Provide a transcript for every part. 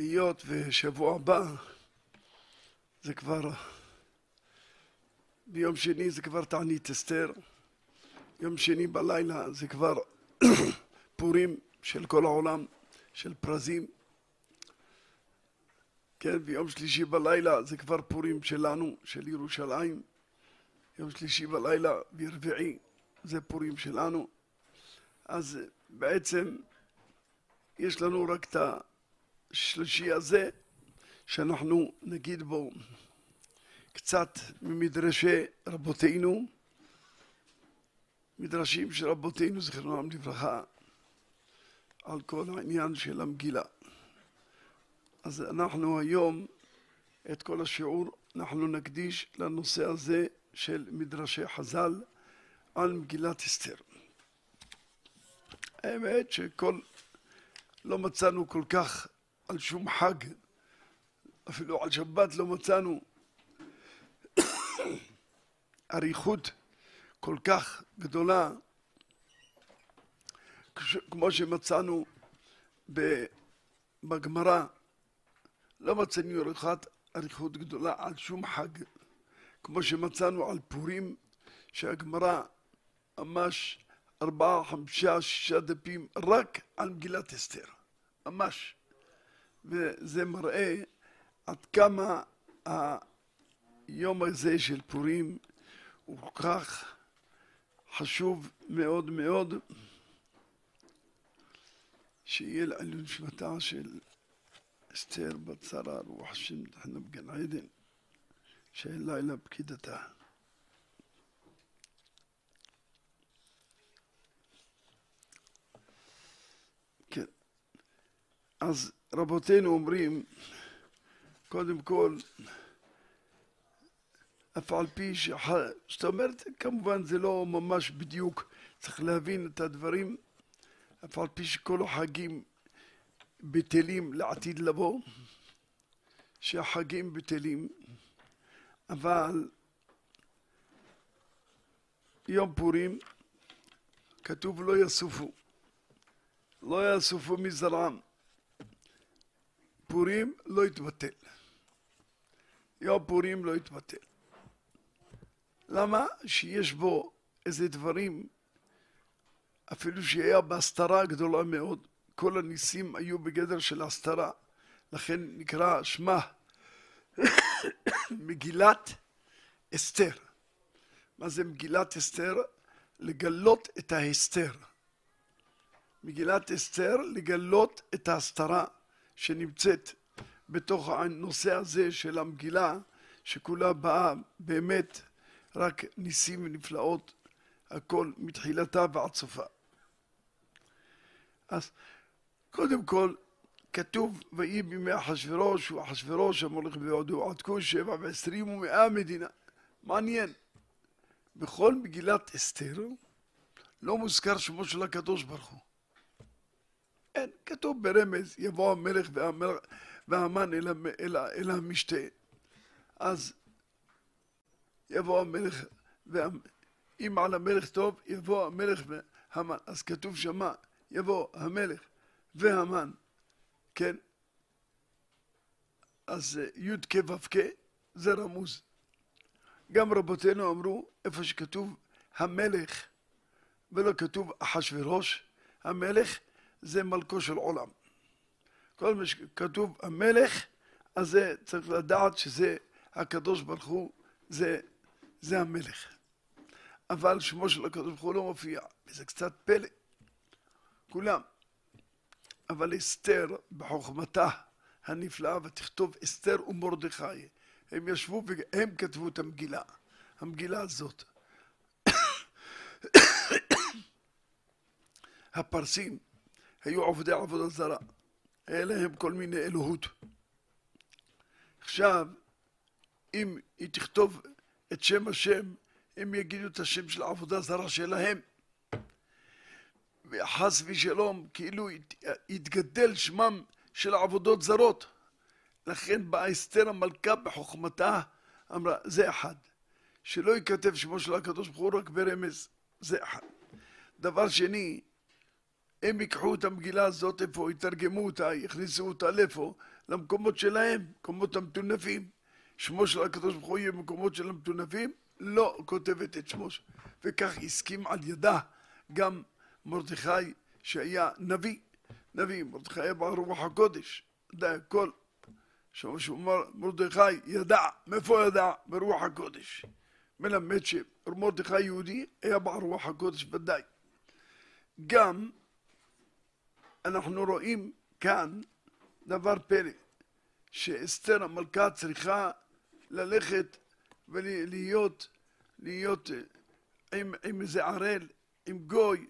היות ושבוע הבא זה כבר, ביום שני זה כבר תענית אסתר, יום שני בלילה זה כבר פורים של כל העולם, של פרזים, כן, ביום שלישי בלילה זה כבר פורים שלנו, של ירושלים, יום שלישי בלילה ורביעי זה פורים שלנו. אז בעצם יש לנו רק את השלישי הזה שאנחנו נגיד בו קצת ממדרשי רבותינו, מדרשים של רבותינו זכרונם לברכה, על כל העניין של המגילה. אז אנחנו היום את כל השיעור אנחנו נקדיש לנושא הזה של מדרשי חז"ל על מגילת אסתר. האמת לא מצאנו כל כך על שום חג, אפילו על שבת לא מצאנו אריכות כל כך גדולה כמו שמצאנו בגמרא. לא מצאנו אריכות גדולה על שום חג כמו שמצאנו על פורים, שהגמרא ממש 4, 5, 6 דפים רק על מגילת אסתר, ממש. וזה מראה עד כמה היום הזה של פורים הוא כל כך חשוב מאוד מאוד, שיהיה לעילוי נשמתה של אסתר בת שרה רוח השם תחנה בגן עדן, שיהיה לילה פקידתה. כן, אז רבותינו אומרים, קודם כל, אף על פי זאת אומרת, כמובן זה לא ממש בדיוק, צריך להבין את הדברים, אף על פי שכל החגים בטלים לעתיד לבוא, שהחגים בטלים, אבל יום פורים כתוב לא יסופו מזרעם, פורים לא יתבטל, יום פורים לא יתבטל. למה? שיש בו איזה דברים, אפילו שהיה בהסתרה גדולה מאוד, כל הניסים היו בגדר של הסתרה, לכן נקרא שמה מגילת אסתר. מה זה מגילת אסתר? לגלות את ההסתר. מגילת אסתר, לגלות את ההסתרה שנמצאת בתוך הנושא הזה של המגילה, שכולה באה באמת רק ניסים ונפלאות, הכל מתחילתה ועד סופה. אז קודם כל כתוב ויהי בימי אחשוורוש, ואחשוורוש המולך ביהודו עד כה 27 ומאה מדינה. מעניין, בכל מגילת אסתר לא מוזכר שמו של הקדוש ברוך הוא. אין, כתוב ברמז יבוא המלך והמן אל המשתה. אז יבוא המלך, אם על המלך טוב יבוא המלך והמן. אז כתוב שמה יבוא המלך והמן, כן? אז י' כ' ו' כ' זה רמוז. גם רבותינו אמרו איפה שכתוב המלך ולא כתוב אחשוורוש, המלך זה מלכו של עולם. כל מה שכתוב המלך, אז זה צריך לדעת שזה הקדוש ברוך הוא, זה המלך. אבל שמו של הקדוש ברוך הוא לא מופיע, וזה קצת פלא. כולם. אבל אסתר בחוכמתה הנפלאה, ותכתוב אסתר ומרדכי, הם ישבו והם כתבו את המגילה, המגילה הזאת. הפרסים היו עובדי עבודה זרה, היה להם כל מיני אלוהות. עכשיו, אם היא תכתוב את שם השם, הם יגידו את השם של העבודה זרה שלהם. וחס ושלום, כאילו יתגדל שמם של עבודות זרות. לכן באה אסתר המלכה בחוכמתה, אמרה, זה אחד. שלא ייכתב שמו של הקדוש ברוך הוא רק ברמז, זה אחד. דבר שני, הם ייקחו את המגילה הזאת איפה, יתרגמו אותה, יכניסו אותה לאיפה, למקומות שלהם, מקומות המטונפים. שמו של הקדוש ברוך הוא יהיה במקומות של המטונפים, לא כותבת את שמו. וכך הסכים על ידה גם מרדכי שהיה נביא. נביא, מרדכי היה בעל רוח הקודש. ידע הכל. מרדכי ידע, מאיפה ידע? ברוח הקודש. מלמד שמרדכי יהודי היה בעל רוח הקודש ודאי. גם אנחנו רואים כאן דבר פלא, שאסתר המלכה צריכה ללכת ולהיות עם איזה ערל, עם גוי.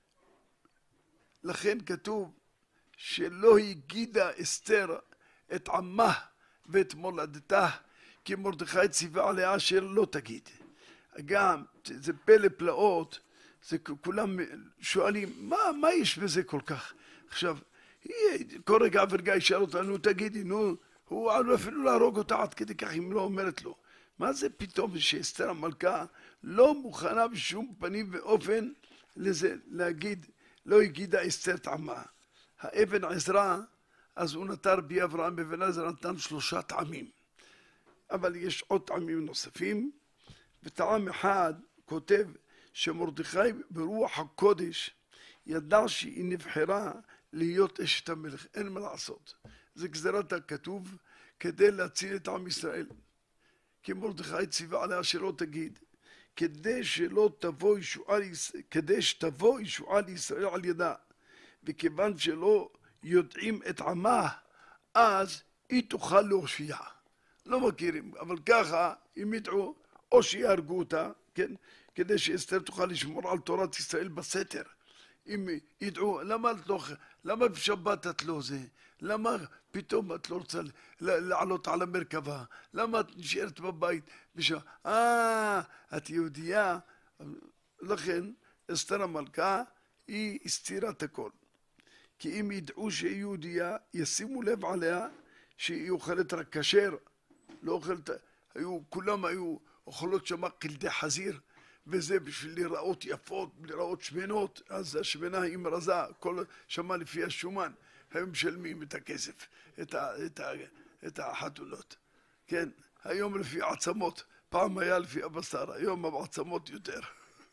לכן כתוב שלא הגידה אסתר את עמה ואת מולדתה, כי מרדכי ציווה עליה אשר לא תגיד. גם זה פלא פלאות, זה כולם שואלים מה יש בזה כל כך. עכשיו כל רגע ורגע ישאל אותה, נו תגידי, נו, הוא אפילו להרוג אותה עד כדי כך אם לא אומרת לו. מה זה פתאום שאסתר המלכה לא מוכנה בשום פנים ואופן לזה להגיד, לא הגידה אסתר את עמה. האבן עזרא, אז הוא נתר בי אברהם אבן עזרא נתן 3 טעמים. אבל יש עוד טעמים נוספים, וטעם אחד כותב שמרדכי ברוח הקודש ידע שהיא נבחרה להיות אשת המלך, אין מה לעשות. זה גזירת הכתוב כדי להציל את עם ישראל. כי מרדכי ציווה עליה שלא תגיד, כדי שתבוא ישועה לישראל על ידה. וכיוון שלא יודעים את עמה, אז היא תוכל להושיע. לא מכירים, אבל ככה אם ידעו, או שיהרגו אותה, כן? כדי שאסתר תוכל לשמור על תורת ישראל בסתר. אם ידעו, למה בשבת את לא זה? למה פתאום את לא רוצה לעלות על המרכבה? למה את נשארת בבית? את יהודייה. לכן אסתר המלכה היא הסתירה את הכל. כי אם ידעו שהיא יהודייה, ישימו לב עליה שהיא אוכלת רק כשר. לא אוכלת, כולם היו אוכלות שם קלדי חזיר. וזה בשביל לראות יפות, לראות שמנות, אז השמנה היא מרזה, כל שמה לפי השומן, הם משלמים את הכסף, את החתונות, כן? היום לפי עצמות, פעם היה לפי הבשר, היום העצמות יותר.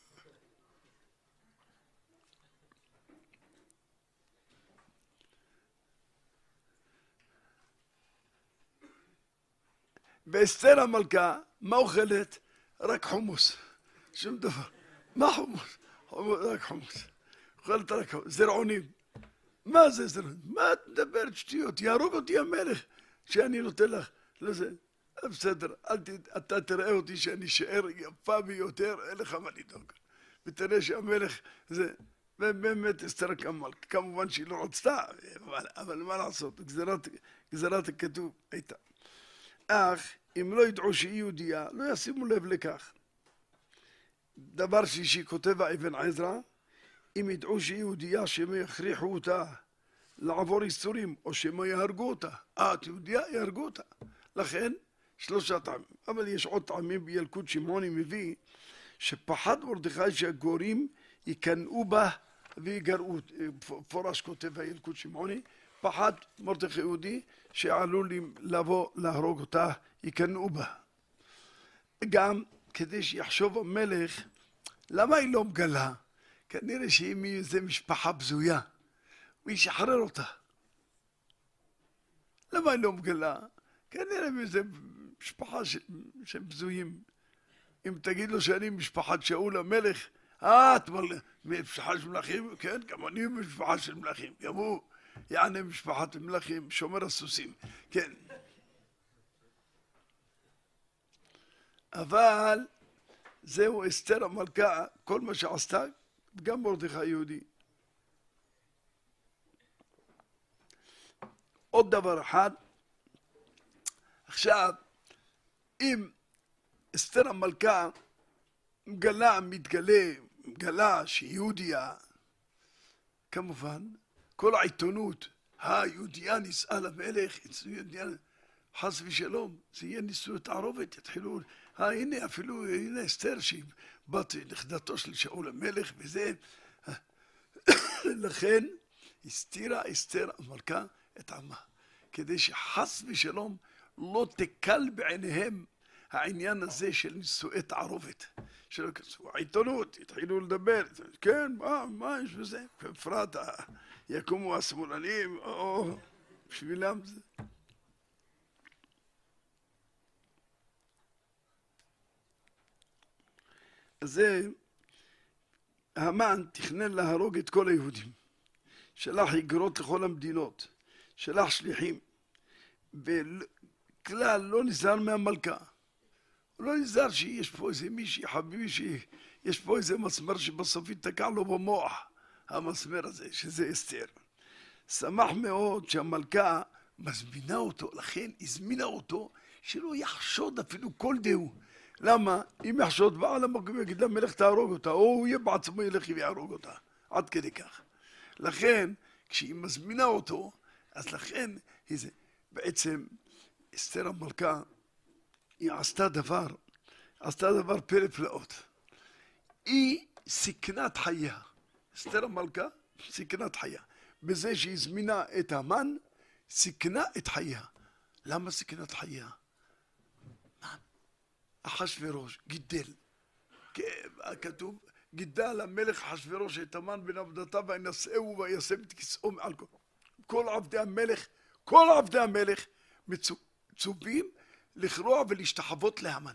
ואסתר המלכה, מה אוכלת? רק חומוס. שום דבר. מה חומוס? רק חומוס. אוכלת רק חומוס. זרעונים. מה זה זרעונים? מה את מדברת שטויות? יהרוג אותי המלך שאני נותן לך. לא זה. בסדר, אתה תראה אותי שאני שאר יפה ביותר, אין לך מה לדאוג. ותראה שהמלך זה, באמת אסתר המלכה. כמובן שהיא לא רצתה, אבל מה לעשות? גזירת הכתוב הייתה. אך אם לא ידעו שהיא יהודייה, לא ישימו לב לכך. דבר שלישי כותב האבן עזרא, אם ידעו שהיא יהודייה שמא יכריחו אותה לעבור איסורים או שמא יהרגו אותה. את יהודייה, יהרגו אותה. לכן 3 טעמים. אבל יש עוד טעמים. בילקוט שמעוני מביא שפחד מרדכי שהגורים יקנאו בה ויגרעו. פורש כותב הילקוט שמעוני, פחד מרדכי יהודי שעלולים לבוא להרוג אותה, יקנאו בה. גם כדי שיחשוב המלך, למה היא לא מגלה? כנראה שהיא מאיזה משפחה בזויה, הוא ישחרר אותה. למה היא לא מגלה? כנראה מאיזה משפחה שהם בזויים. אם תגיד לו שאני משפחת שאול המלך, את משפחה של מלכים? כן, גם אני משפחה של מלכים, גם הוא יענה משפחת מלכים, שומר הסוסים, כן. אבל זהו אסתר המלכה, כל מה שעשתה, גם מרדכי יהודי. עוד דבר אחד, עכשיו, אם אסתר המלכה מתגלה שהיא יהודייה, כמובן, כל העיתונות, היהודייה נישאה למלך, חס ושלום, זה יהיה נישואי תערובת, יתחילו, הנה אפילו, הנה אסתר שהיא בת נכדתו של שאול המלך וזה, לכן הסתירה אסתר המלכה את עמה, כדי שחס ושלום לא תקל בעיניהם העניין הזה של נישואי תערובת. שלא כנסו, העיתונות, התחילו לדבר, כן, מה יש בזה? בפרט יקומו השמאלנים, או בשבילם זה. אז זה, המן תכנן להרוג את כל היהודים. שלח איגרות לכל המדינות, שלח שליחים, וכלל לא נזהר מהמלכה. הוא לא נזהר שיש פה איזה מישהי, חביבי, שיש פה איזה מסמר שבסוף יתקע לו במוח, המסמר הזה, שזה אסתר. שמח מאוד שהמלכה מזמינה אותו, לכן הזמינה אותו, שלא יחשוד אפילו כל דהו. למה? אם יחשוד בעל המקום יגיד למלך תהרוג אותה, או הוא יהיה בעצמו ילך ויהרוג אותה. עד כדי כך. לכן, כשהיא מזמינה אותו, אז לכן, בעצם אסתר המלכה, היא עשתה דבר פלא פלאות. היא סיכנת חייה. אסתר המלכה, סיכנת חייה. בזה שהיא הזמינה את המן, סיכנה את חייה. למה סיכנת חייה? אחשוורוש גידל, כתוב, גידל המלך אחשוורוש את המן בן עבדתה וינשאהו וישם את כיסאו מעל כל עבדי המלך מצווים לכרוע ולהשתחוות להמן.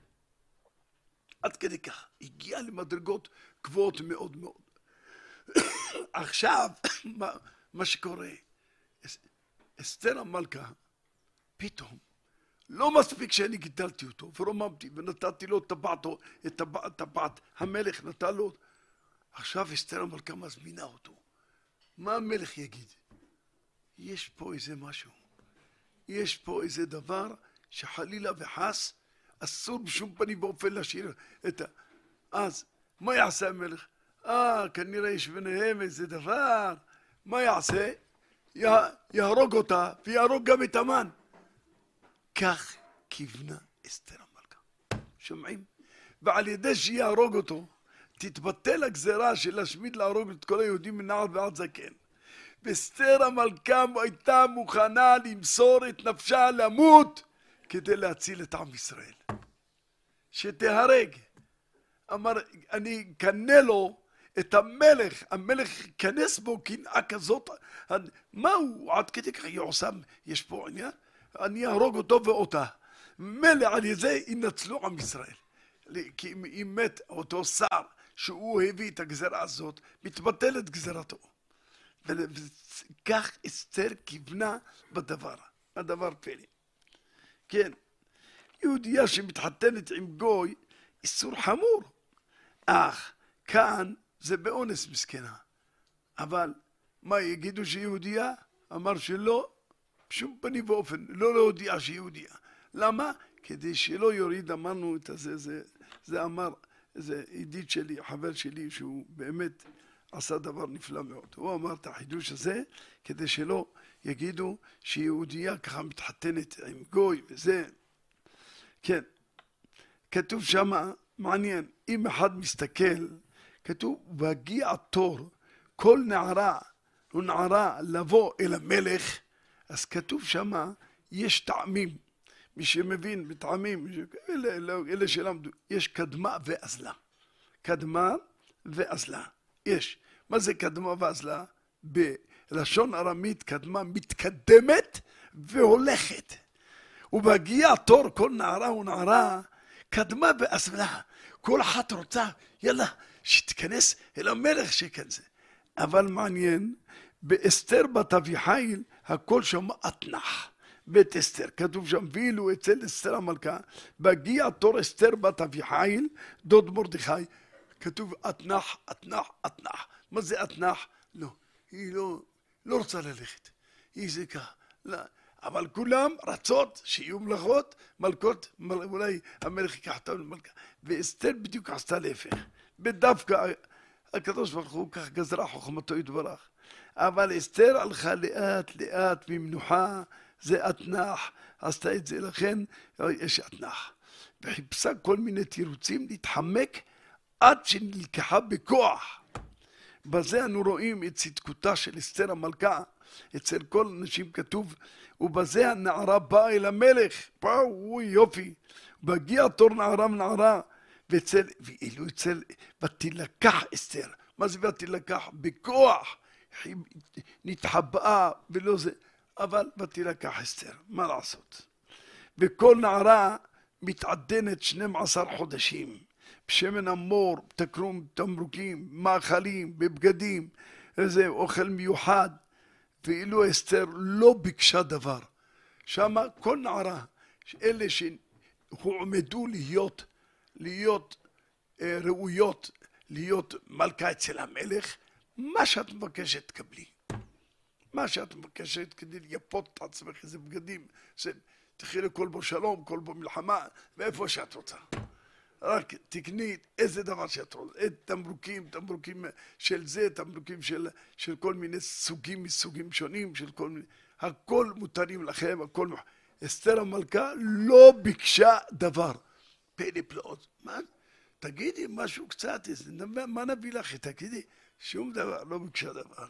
עד כדי כך, הגיע למדרגות גבוהות מאוד מאוד. עכשיו, מה שקורה, אסתר המלכה, פתאום, לא מספיק שאני גידלתי אותו ורוממתי ונתתי לו את טבעת, המלך נתן לו, עכשיו אסתר המלכה מזמינה אותו. מה המלך יגיד? יש פה איזה משהו, יש פה איזה דבר שחלילה וחס אסור בשום פנים באופן להשאיר את ה... אז מה יעשה המלך? כנראה יש ביניהם איזה דבר, מה יעשה? יהרוג אותה ויהרוג גם את המן. כך כיוונה אסתר המלכה. שומעים? ועל ידי שיהרוג אותו, תתבטל הגזרה של להשמיד להרוג את כל היהודים מנער ועד זקן. ואסתר המלכה הייתה מוכנה למסור את נפשה למות כדי להציל את עם ישראל. שתהרג. אמר, אני קנה לו את המלך, המלך כנס בו קנאה כזאת. מה הוא? עד כדי כך יעושם, יש פה עניין? אני אהרוג אותו ואותה. מלא על ידי ינצלו עם ישראל. כי אם מת אותו שר שהוא הביא את הגזרה הזאת, מתבטלת גזרתו. וכך אסתר כיוונה בדבר. הדבר פלא. כן, יהודייה שמתחתנת עם גוי, איסור חמור. אך כאן זה באונס מסכנה. אבל מה יגידו שיהודייה? אמר שלא. בשום פנים ואופן, לא להודיע שהיא יהודיה. למה? כדי שלא יוריד, אמרנו את זה, זה אמר, זה ידיד שלי, חבר שלי, שהוא באמת עשה דבר נפלא מאוד. הוא אמר את החידוש הזה, כדי שלא יגידו שיהודיה ככה מתחתנת עם גוי וזה. כן, כתוב שמה, מעניין, אם אחד מסתכל, כתוב, והגיע תור, כל נערה ונערה לבוא אל המלך, אז כתוב שמה, יש טעמים, מי שמבין בטעמים, אלה שלמדו, יש קדמה ואזלה. קדמה ואזלה. יש. מה זה קדמה ואזלה? בלשון ארמית קדמה מתקדמת והולכת. ובהגיע תור כל נערה ונערה, קדמה ואזלה. כל אחת רוצה, יאללה, שתכנס אל המלך שכנזה. אבל מעניין, באסתר בת אביחיל, הכל שם אתנח. בית אסתר, כתוב שם, ואילו אצל אסתר המלכה, בהגיע תור אסתר בת אביחיל, דוד מרדכי, כתוב אתנח, אתנח, אתנח. מה זה אתנח? לא, היא לא רוצה ללכת. היא זה ככה, לא. אבל כולם רצות שיהיו מלכות, מלכות, אולי המלך ייקח אותם למלכה. ואסתר בדיוק עשתה להפך. בדווקא, הקדוש ברוך הוא כך גזרה חוכמתו יתברך. אבל אסתר הלכה לאט לאט במנוחה, זה אתנח, עשתה את זה, לכן יש אתנח. וחיפשה כל מיני תירוצים להתחמק עד שנלקחה בכוח. בזה אנו רואים את צדקותה של אסתר המלכה. אצל כל אנשים כתוב, ובזה הנערה באה אל המלך, וואו יופי, והגיע תור נערה ונערה, ואילו אצל, ותילקח אסתר, מה זה ותילקח? בכוח, נתחבאה ולא זה, אבל ותילקח אסתר, מה לעשות? וכל נערה מתעדנת 12 חודשים, בשמן המור, תקרום, תמרוקים, מאכלים, בבגדים, איזה אוכל מיוחד, ואילו אסתר לא ביקשה דבר. שמה כל נערה, אלה שהועמדו להיות ראויות, להיות מלכה אצל המלך, מה שאת מבקשת תקבלי. מה שאת מבקשת כדי ליפות את עצמך איזה בגדים, תחי לכל בו שלום, כל בו מלחמה, ואיפה שאת רוצה. רק תקני איזה דבר שאת רוצה, תמרוקים של זה, תמרוקים של כל מיני סוגים מסוגים שונים, של כל מיני, הכל מותרים לכם, הכל אסתר המלכה לא ביקשה דבר. פלא פלאות, מה? תגידי משהו קצת, מה נביא לך? תגידי, שום דבר, לא ביקשה דבר.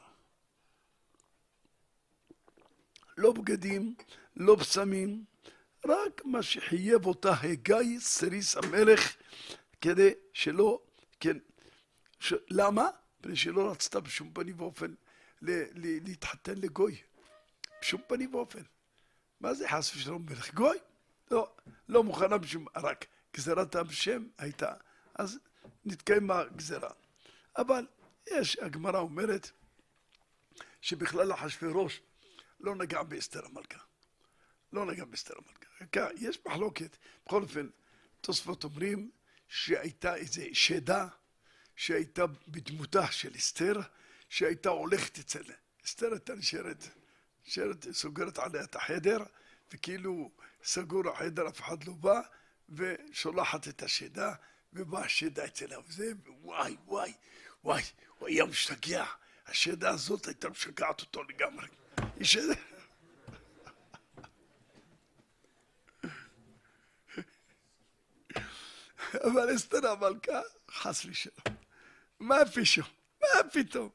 לא בגדים, לא בשמים, רק מה שחייב אותה הגיא סריס המלך, כדי שלא, כן, למה? בגלל שלא רצתה בשום פנים ואופן להתחתן לגוי, בשום פנים ואופן. מה זה חס ושלום מלך גוי? לא מוכנה בשום, רק גזירת השם הייתה, אז נתקיימה גזירה. אבל יש, הגמרא אומרת, שבכלל אחשוורוש לא נגע באסתר המלכה. לא נגע באסתר המלכה. יש מחלוקת, בכל אופן, תוספות אומרים שהייתה איזו שדה, שהייתה בדמותה של אסתר, שהייתה הולכת אצל אסתר, הייתה נשארת, סוגרת עליה את החדר, וכאילו סגור החדר, אף אחד לא בא, ושולחת את השדה, ובאה השדה אצלה, וזה, וואי, וואי, וואי, הוא היה משתגע. השדה הזאת הייתה משגעת אותו לגמרי. היא שדה. אבל אסתר המלכה, חס ושלום. מה פתאום?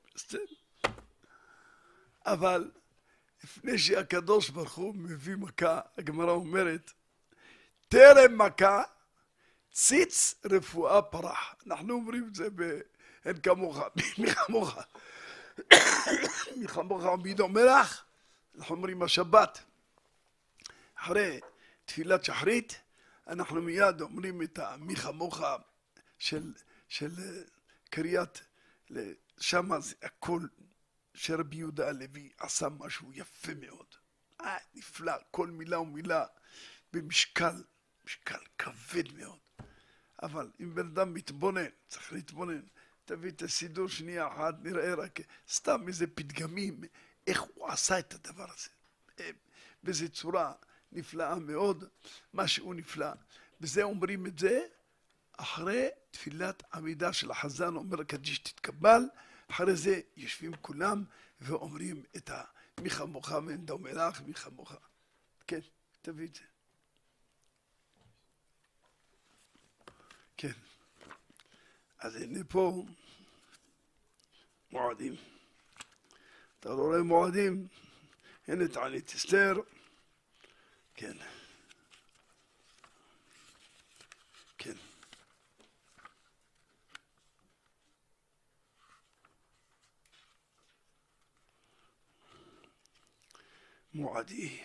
אבל לפני שהקדוש ברוך הוא מביא מכה, הגמרא אומרת, טרם מכה, ציץ רפואה פרח. אנחנו אומרים את זה אין כמוך, מי כמוך. מי כמוך עמידו מלח, אנחנו אומרים השבת. אחרי תפילת שחרית, אנחנו מיד אומרים את מי כמוך של קריאת, שמה זה הכל שרבי יהודה הלוי עשה משהו יפה מאוד. נפלא, כל מילה ומילה במשקל כבד מאוד. אבל אם בן אדם מתבונן, צריך להתבונן, תביא את הסידור שנייה אחת, נראה רק סתם איזה פתגמים, איך הוא עשה את הדבר הזה. באיזו צורה נפלאה מאוד, משהו נפלא. וזה אומרים את זה, אחרי תפילת עמידה של החזן, אומר הקדיש תתקבל, אחרי זה יושבים כולם ואומרים את מי כמוך ואין דומה לך, מי כמוך. כן, תביא את זה. כן. אז הנה פה מועדים. אתה לא רואה מועדים? הנה תענית אסתר. כן. כן. מועדים.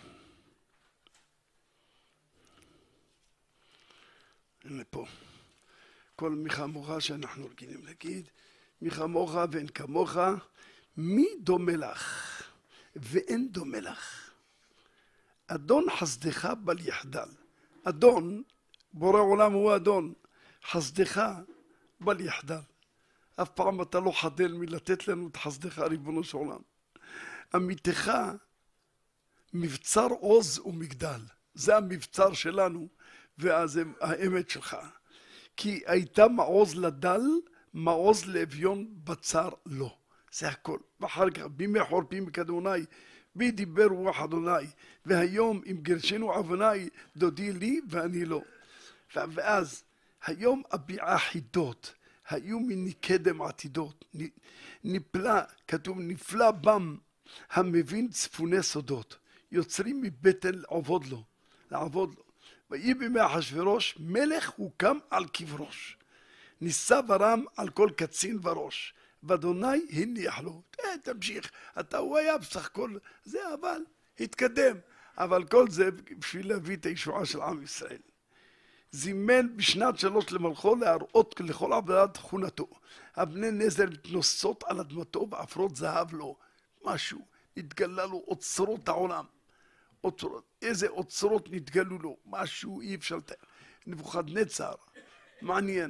הנה פה. כל מי כמוך שאנחנו רגילים להגיד, מי כמוך ואין כמוך, מי דומה לך ואין דומה לך. אדון חסדך בל יחדל. אדון, בורא עולם הוא אדון, חסדך בל יחדל. אף פעם אתה לא חדל מלתת לנו את חסדך, ריבונו של עולם. אמיתך מבצר עוז ומגדל. זה המבצר שלנו, ואז האמת שלך. כי הייתה מעוז לדל, מעוז לאביון בצר לא. זה הכל. ואחר כך, בימי חורפים כדוני, בי דיבר רוח אדוני, והיום אם גרשנו עווני, דודי לי ואני לא. ואז, היום הביעה חידות, היו מני קדם עתידות, נפלא, כתוב נפלא בם, המבין צפוני סודות. יוצרים מבטן לעבוד לו. ויהי בימי אחשוורוש מלך הוקם על כברוש. נישא ורם על כל קצין וראש. ואדוני הניח לו. תמשיך, הוא היה בסך הכל זה, אבל התקדם. אבל כל זה בשביל להביא את הישועה של עם ישראל. זימן בשנת 3 למלכו להראות לכל עבודת תכונתו. אבני נזר מתנוססות על אדמתו ועפרות זהב לו. משהו, התגלה לו אוצרות העולם. איזה אוצרות נתגלו לו, משהו אי אפשר לתאר. נבוכדנצר, מעניין.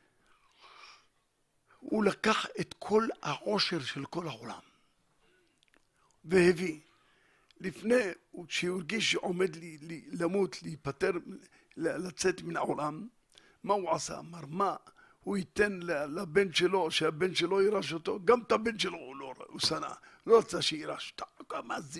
הוא לקח את כל העושר של כל העולם. והביא. לפני, כשהוא הרגיש שעומד למות, להיפטר, לצאת מן העולם, מה הוא עשה? אמר, מה? הוא ייתן לבן שלו, שהבן שלו יירש אותו, גם את הבן שלו הוא שנא, לא רצה שירש. מה זה?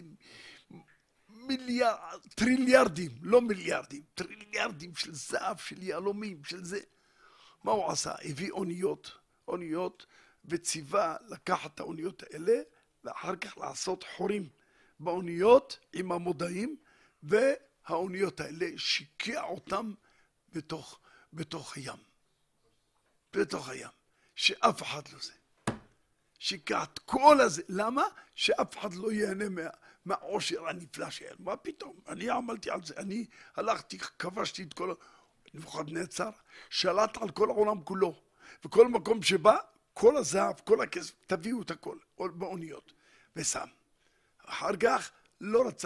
טריליארדים, לא מיליארדים, טריליארדים של זהב, של יהלומים, של זה. מה הוא עשה? הביא אוניות, וציווה לקחת את האוניות האלה, ואחר כך לעשות חורים באוניות עם המודעים, והאוניות האלה שיקע אותם בתוך הים. בתוך הים, שאף אחד לא זה. שיקע את כל הזה. למה? שאף אחד לא ייהנה מהעושר הנפלא שאין. מה פתאום? אני עמלתי על זה. אני הלכתי, כבשתי את כל... נבוכדנצר שלט על כל העולם כולו. וכל מקום שבא, כל הזהב, כל הכסף, תביאו את הכל באוניות. ושם. אחר כך לא רצה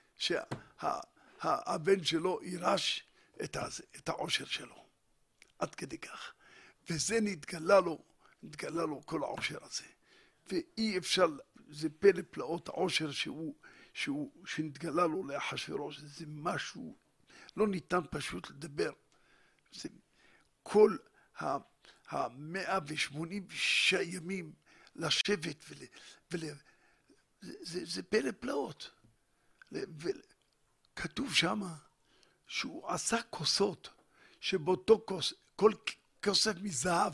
שהבן שלו יירש את העושר שלו. עד כדי כך. וזה נתגלה לו כל העושר הזה. ואי אפשר, זה פלא פלאות העושר שנתגלה לו לאחשוורוש. זה משהו, לא ניתן פשוט לדבר. זה כל 186 ימים לשבת זה פלא פלאות. כתוב שמה שהוא עשה כוסות, שבאותו כוס, כל כוסף מזהב.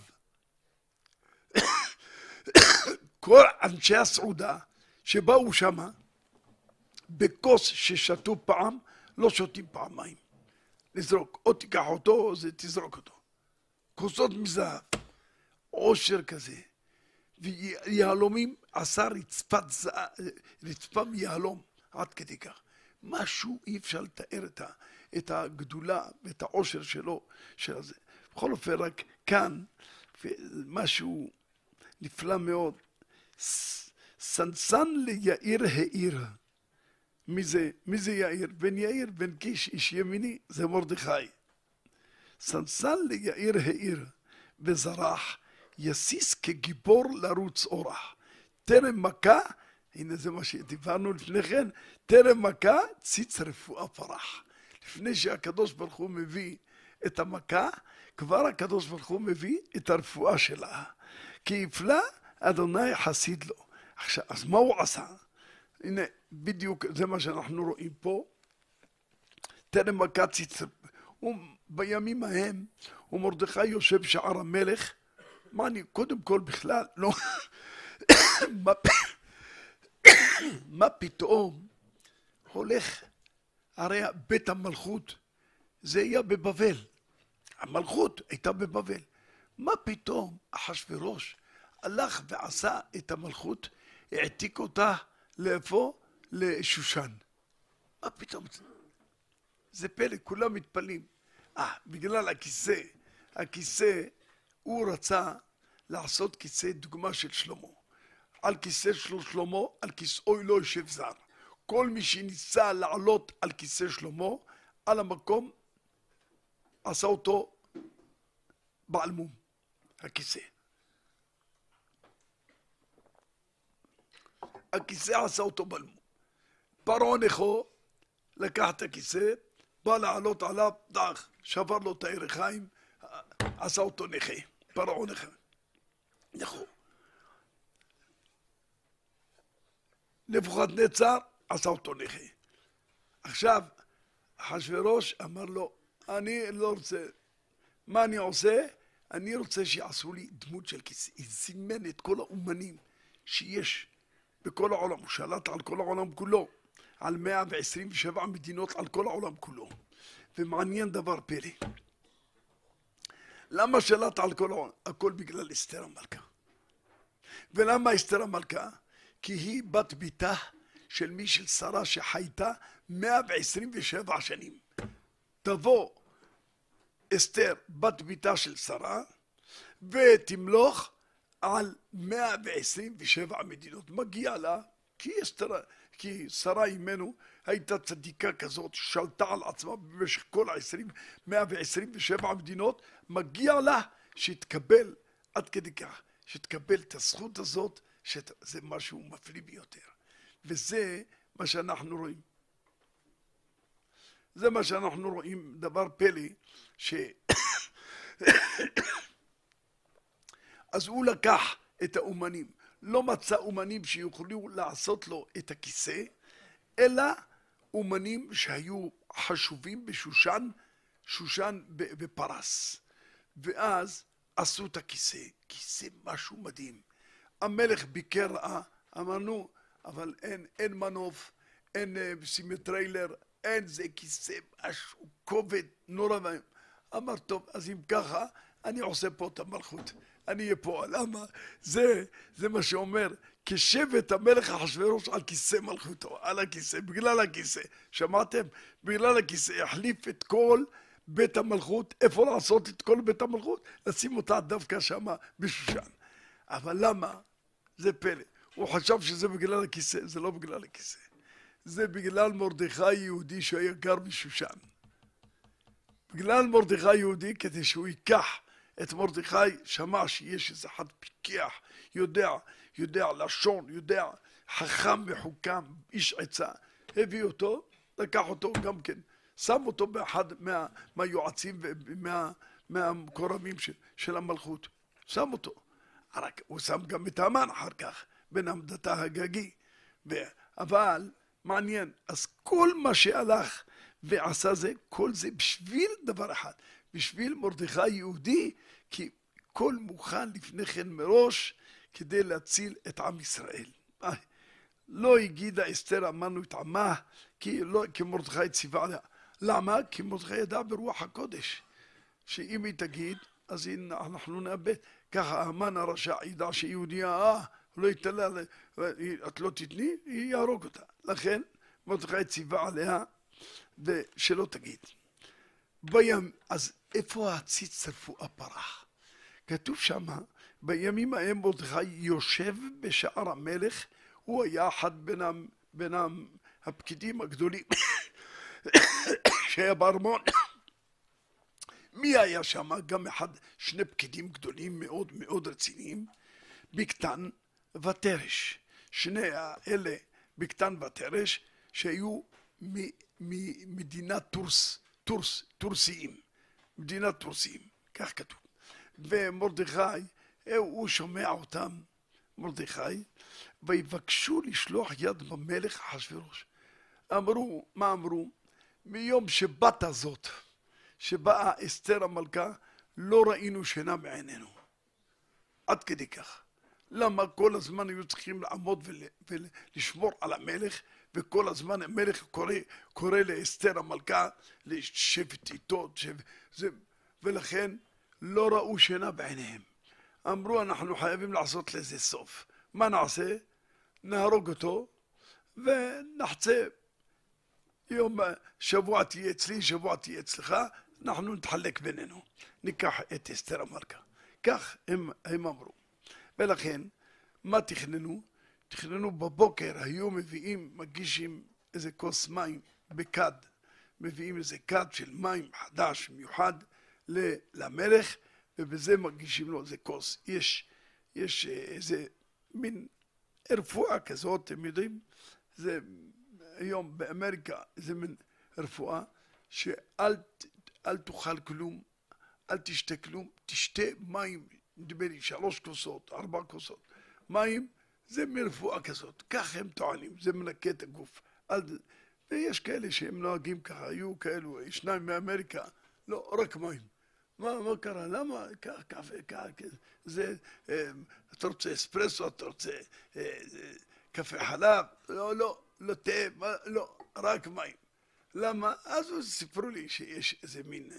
כל אנשי הסעודה שבאו שמה, בכוס ששתו פעם, לא שותים פעמיים. לזרוק, או תיקח אותו, או תזרוק אותו. כוסות מזהב, עושר כזה. ויהלומים עשה רצפה מיהלום, עד כדי כך. משהו אי אפשר לתאר את הגדולה ואת העושר שלו, של הזה. בכל אופן, רק כאן, משהו נפלא מאוד. סנסן ליאיר העיר. מי זה יאיר? בן יאיר, בן קיש, איש ימיני, זה מרדכי. סנסן ליאיר העיר, וזרח, יסיס כגיבור לרוץ אורח. טרם מכה, הנה זה מה שדיברנו לפני כן, טרם מכה, ציץ רפואה פרח. לפני שהקדוש ברוך הוא מביא את המכה, כבר הקדוש ברוך הוא מביא את הרפואה שלה. כי יפלא אדוני חסיד לו. עכשיו, אז מה הוא עשה? הנה, בדיוק זה מה שאנחנו רואים פה. טרם מכה ציץ, בימים ההם, ומרדכי יושב שער המלך. מה אני, קודם כל בכלל, לא, מה פתאום הולך, הרי בית המלכות, זה היה בבבל. המלכות הייתה בבבל. מה פתאום אחשוורוש הלך ועשה את המלכות, העתיק אותה לאיפה? לשושן. מה פתאום? זה פלא, כולם מתפלאים. בגלל הכיסא. הכיסא, הוא רצה לעשות כיסא דוגמה של שלמה. על כיסא של שלמה, על כיסאו לא יושב זר. כל מי שניסה לעלות על כיסא שלמה, על המקום, עשה אותו בעל מום, הכיסא. הכיסא עשה אותו בעל מום. פרעה נכו, לקח את הכיסא, בא לעלות עליו, דח, שבר לו את הירכיים, עשה אותו נכה. פרעה נכה. נכו. נבוכדנצר עשה אותו נכה. עכשיו, אחשוורוש אמר לו, אני לא רוצה, מה אני עושה? אני רוצה שיעשו לי דמות של כיסא. היא זימן את כל האומנים שיש בכל העולם, הוא שלט על כל העולם כולו. על 127 מדינות על כל העולם כולו. ומעניין דבר פלא. למה שלט על כל העולם? הכל בגלל אסתר המלכה. ולמה אסתר המלכה? כי היא בת ביתה של שרה שחייתה 127 שנים. תבוא אסתר בת ביתה של שרה ותמלוך על 127 מדינות. מגיע לה, כי שרה אימנו הייתה צדיקה כזאת, שלטה על עצמה במשך כל 127 מדינות, מגיע לה שתקבל עד כדי כך, שתקבל את הזכות הזאת, שזה משהו מפליא ביותר. וזה מה שאנחנו רואים. זה מה שאנחנו רואים, דבר פלא, אז הוא לקח את האומנים, לא מצא אומנים שיוכלו לעשות לו את הכיסא, אלא אומנים שהיו חשובים בשושן, שושן בפרס. ואז עשו את הכיסא, כיסא משהו מדהים. המלך ביקר ראה, אמרנו, אבל אין מנוף, אין סימטריילר, אין זה כיסא משהו כובד, נורא ואיום. אמר, טוב, אז אם ככה, אני עושה פה את המלכות. אני אהיה פה, למה? זה מה שאומר, כשבט המלך אחשוורוש על כיסא מלכותו, על הכיסא, בגלל הכיסא. שמעתם? בגלל הכיסא, החליף את כל בית המלכות. איפה לעשות את כל בית המלכות? לשים אותה דווקא שמה בשושן. אבל למה? זה פלא. הוא חשב שזה בגלל הכיסא, זה לא בגלל הכיסא. זה בגלל מרדכי יהודי שהיה גר בשושן. בגלל מרדכי יהודי, כדי שהוא ייקח את מרדכי, שמע שיש איזה אחד פיקח, יודע לשון, יודע, חכם וחוכם, איש עצה. הביא אותו, לקח אותו גם כן, שם אותו באחד מהיועצים ומהמקורבים של המלכות. שם אותו. רק הוא שם גם את המן אחר כך, בן עמדתה הגגי. אבל מעניין, אז כל מה שהלך ועשה זה, כל זה בשביל דבר אחד, בשביל מרדכי יהודי, כי כל מוכן לפני כן מראש כדי להציל את עם ישראל. לא הגידה אסתר, אמרנו את עמה, כי מרדכי ציווה עליה. למה? כי מרדכי ידע ברוח הקודש, שאם היא תגיד, אז אנחנו נאבד. ככה המן הרשע ידע שיהודיה, לא ייתן לה, את לא תתני, היא יהרוג אותה. לכן מרדכי ציווה עליה, ושלא תגיד. אז איפה הציץ רפואה פרח? כתוב שמה, בימים ההם מרדכי יושב בשער המלך, הוא היה אחד בין הפקידים הגדולים שהיה בארמון. מי היה שם? גם שני פקידים גדולים מאוד מאוד רציניים, בקתן ותרש. שני האלה, בקתן ותרש, שהיו ממדינת טורסיים, מדינת טורסיים, כך כתוב. ומרדכי, הוא שומע אותם, מרדכי, ויבקשו לשלוח יד במלך אחשוורוש. אמרו, מה אמרו? מיום שבת הזאת, שבאה אסתר המלכה, לא ראינו שינה בעינינו. עד כדי כך. למה כל הזמן היו צריכים לעמוד ולשמור על המלך, וכל הזמן המלך קורא לאסתר המלכה לשבת איתו, ולכן לא ראו שינה בעיניהם. אמרו, אנחנו חייבים לעשות לזה סוף. מה נעשה? נהרוג אותו ונחצה. שבוע תהיה אצלי, שבוע תהיה אצלך, אנחנו נתחלק בינינו. ניקח את אסתר המלכה. כך הם אמרו. ולכן, מה תכננו? תכננו בבוקר, היו מגישים איזה כוס מים בכד. מביאים איזה כד של מים חדש, מיוחד, למלך, ובזה מגישים לו איזה כוס. יש איזה מין רפואה כזאת, אתם יודעים? זה היום באמריקה, זה מין רפואה שאל תאכל כלום, אל תשתה כלום, תשתה מים, נדמה לי 3 כוסות, 4 כוסות. מים זה מרפואה כזאת, כך הם טוענים, זה מנקה את הגוף. ויש כאלה שהם נוהגים ככה, היו כאלו, שניים מאמריקה, לא, רק מים. מה קרה? למה? קפה, זה, אתה רוצה אספרסו, אתה רוצה קפה חלב? לא, לא תה, לא, רק מים. למה? אז סיפרו לי שיש איזה מין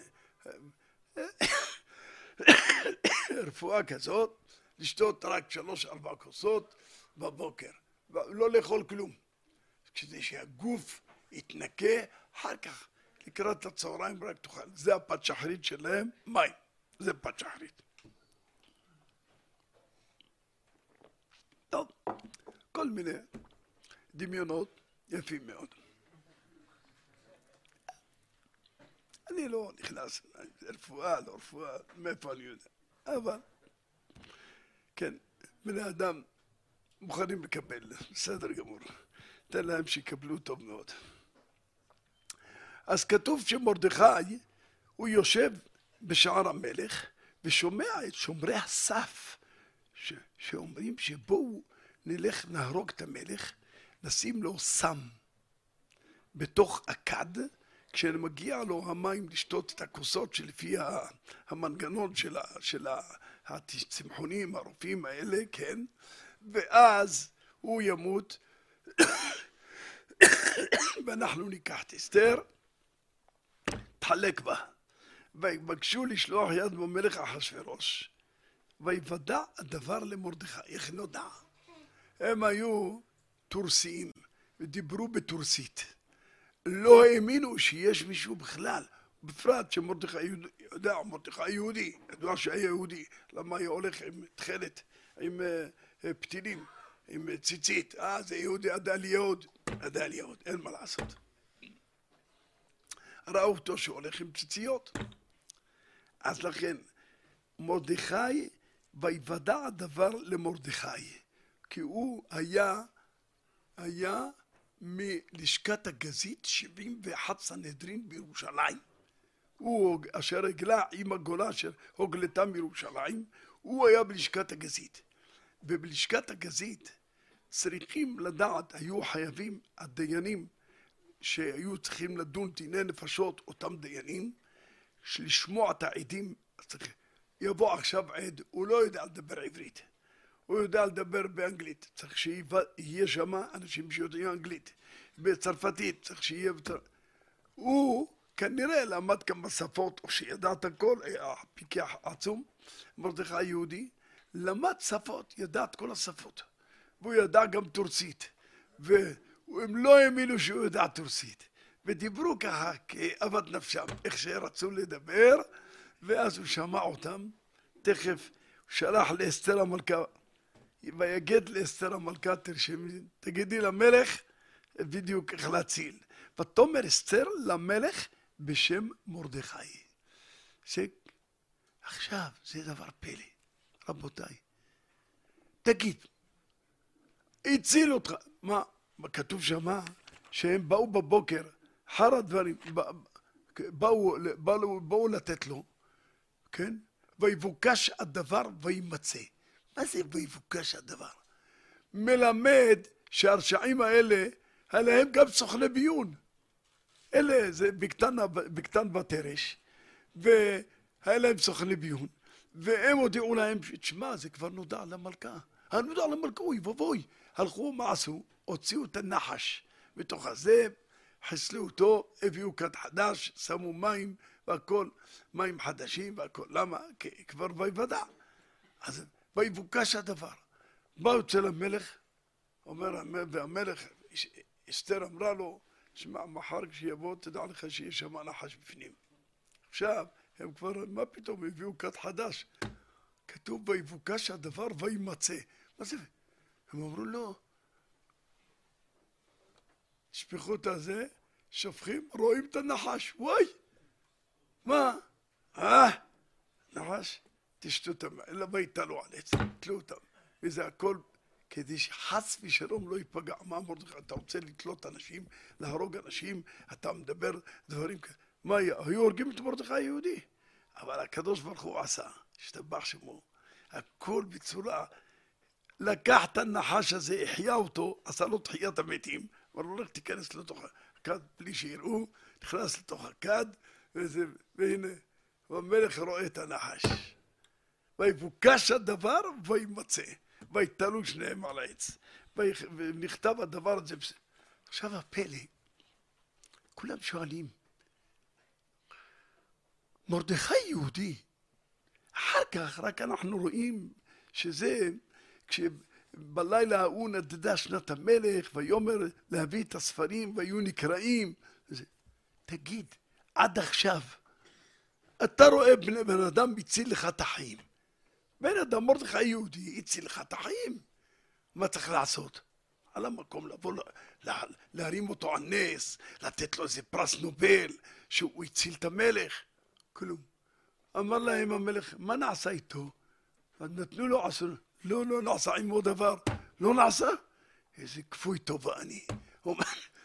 רפואה כזאת, לשתות רק 3-4 כוסות בבוקר, לא לאכול כלום, כדי שהגוף יתנקה, אחר כך לקראת הצהריים רק תאכל. זה הפת שחרית שלהם, מים, זה פת שחרית. טוב, כל מיני דמיונות יפים מאוד. אני לא נכנס, רפואה, לא רפואה, מאיפה אני יודע. אבל, כן, בני אדם מוכנים לקבל, בסדר גמור. תן להם שיקבלו טוב מאוד. אז כתוב שמרדכי, הוא יושב בשער המלך, ושומע את שומרי הסף, שאומרים שבואו נלך נהרוג את המלך, נשים לו סם בתוך הכד, כשמגיע לו המים לשתות את הכוסות שלפי המנגנון של הצמחונים, הרופאים האלה, כן? ואז הוא ימות, ואנחנו ניקח את אסתר, תחלק בה, ויבקשו לשלוח יד במלך אחשוורוש, ויוודע הדבר למרדכי. איך נודע? הם היו תורסיים, ודיברו בתורסית. לא האמינו שיש מישהו בכלל, בפרט שמרדכי יודע, מרדכי יהודי, ידוע שהיה יהודי, למה היה הולך עם תכלת, עם פתילים, עם ציצית, זה יהודי, עדל יהוד, אין מה לעשות. ראו אותו שהולך עם ציציות. אז לכן, מרדכי, ויוודע הדבר למרדכי, כי הוא היה מלשכת הגזית 71 סנהדרין בירושלים. הוא אשר הגלה עם הגולה של הוגלתה מירושלים, הוא היה בלשכת הגזית. ובלשכת הגזית צריכים לדעת, היו חייבים הדיינים שהיו צריכים לדון דיני נפשות, אותם דיינים, לשמוע את העדים. יבוא עכשיו עד, הוא לא יודע לדבר עברית, הוא יודע לדבר באנגלית, צריך שיהיה שם אנשים שיודעים אנגלית, בצרפתית צריך שיהיה, הוא כנראה למד כמה שפות, או שידע את הכל, היה פיקח עצום, מרדכי יהודי, למד שפות, ידע את כל השפות, והוא ידע גם תורסית, והם לא האמינו שהוא ידע תורסית, ודיברו ככה כאוות נפשם, איך שרצו לדבר, ואז הוא שמע אותם, תכף שלח לאסתר המלכה, ויגד לאסתר המלכה, תגידי למלך בדיוק איך להציל. ותאמר אסתר למלך בשם מרדכי. עכשיו זה דבר פלא, רבותיי. תגיד, הציל אותך. מה כתוב שמה? שהם באו בבוקר, אחר הדברים, באו לתת לו, כן? ויבוקש הדבר וימצא. מה זה ויבוקש הדבר? מלמד שהרשעים האלה, עליהם גם סוכני ביון. אלה זה בקתן ותרש, והיה להם סוכני ביון, והם הודיעו להם, תשמע, זה כבר נודע למלכה. הנודע למלכה, אוי ובוי. הלכו, מה עשו? הוציאו את הנחש בתוך הזה, חיסלו אותו, הביאו כד חדש, שמו מים והכל, מים חדשים והכל. למה? כי כבר ויוודע. אז ויבוקש הדבר. בא אצל המלך, והמלך, אסתר אמרה לו, תשמע, מחר כשיבוא תדע לך שיש שם נחש בפנים. עכשיו, הם כבר, מה פתאום, הביאו כד חדש. כתוב ויבוקש הדבר וימצא. מה זה? הם אמרו לו, שפיכו את הזה, שופכים, רואים את הנחש, וואי! מה? נחש? תשתו אותם, אלא ויתלו על עץ, תלו אותם. וזה הכל כדי שחס ושלום לא ייפגע. מה מרדכי? אתה רוצה לתלות אנשים, להרוג אנשים, אתה מדבר דברים כאלה. מה היה? היו הורגים את מרדכי היהודי. אבל הקדוש ברוך הוא עשה, השתבח שמו, הכל בצורה, לקח את הנחש הזה, החיה אותו, עשה לו תחיית המתים, אבל הוא הולך תיכנס לתוך הכד בלי שיראו, נכנס לתוך הכד, והנה, המלך רואה את הנחש. ויבוקש הדבר וימצא, ויתלו שניהם על העץ. ונכתב הדבר הזה, עכשיו הפלא, כולם שואלים, מרדכי יהודי, אחר כך רק אנחנו רואים שזה, כשבלילה ההוא נדדה שנת המלך, ויאמר להביא את הספרים והיו נקראים. תגיד, עד עכשיו, אתה רואה בן אדם הציל לך את החיים. בן אדם מרדכי יהודי הציל לך את החיים. מה צריך לעשות? על המקום לבוא, להרים אותו על נס, לתת לו איזה פרס נובל, שהוא הציל את המלך. כלום. אמר להם המלך, מה נעשה איתו? נתנו לו עשור. לא, לא נעשה עמו דבר. לא נעשה? איזה כפוי טובה אני. הוא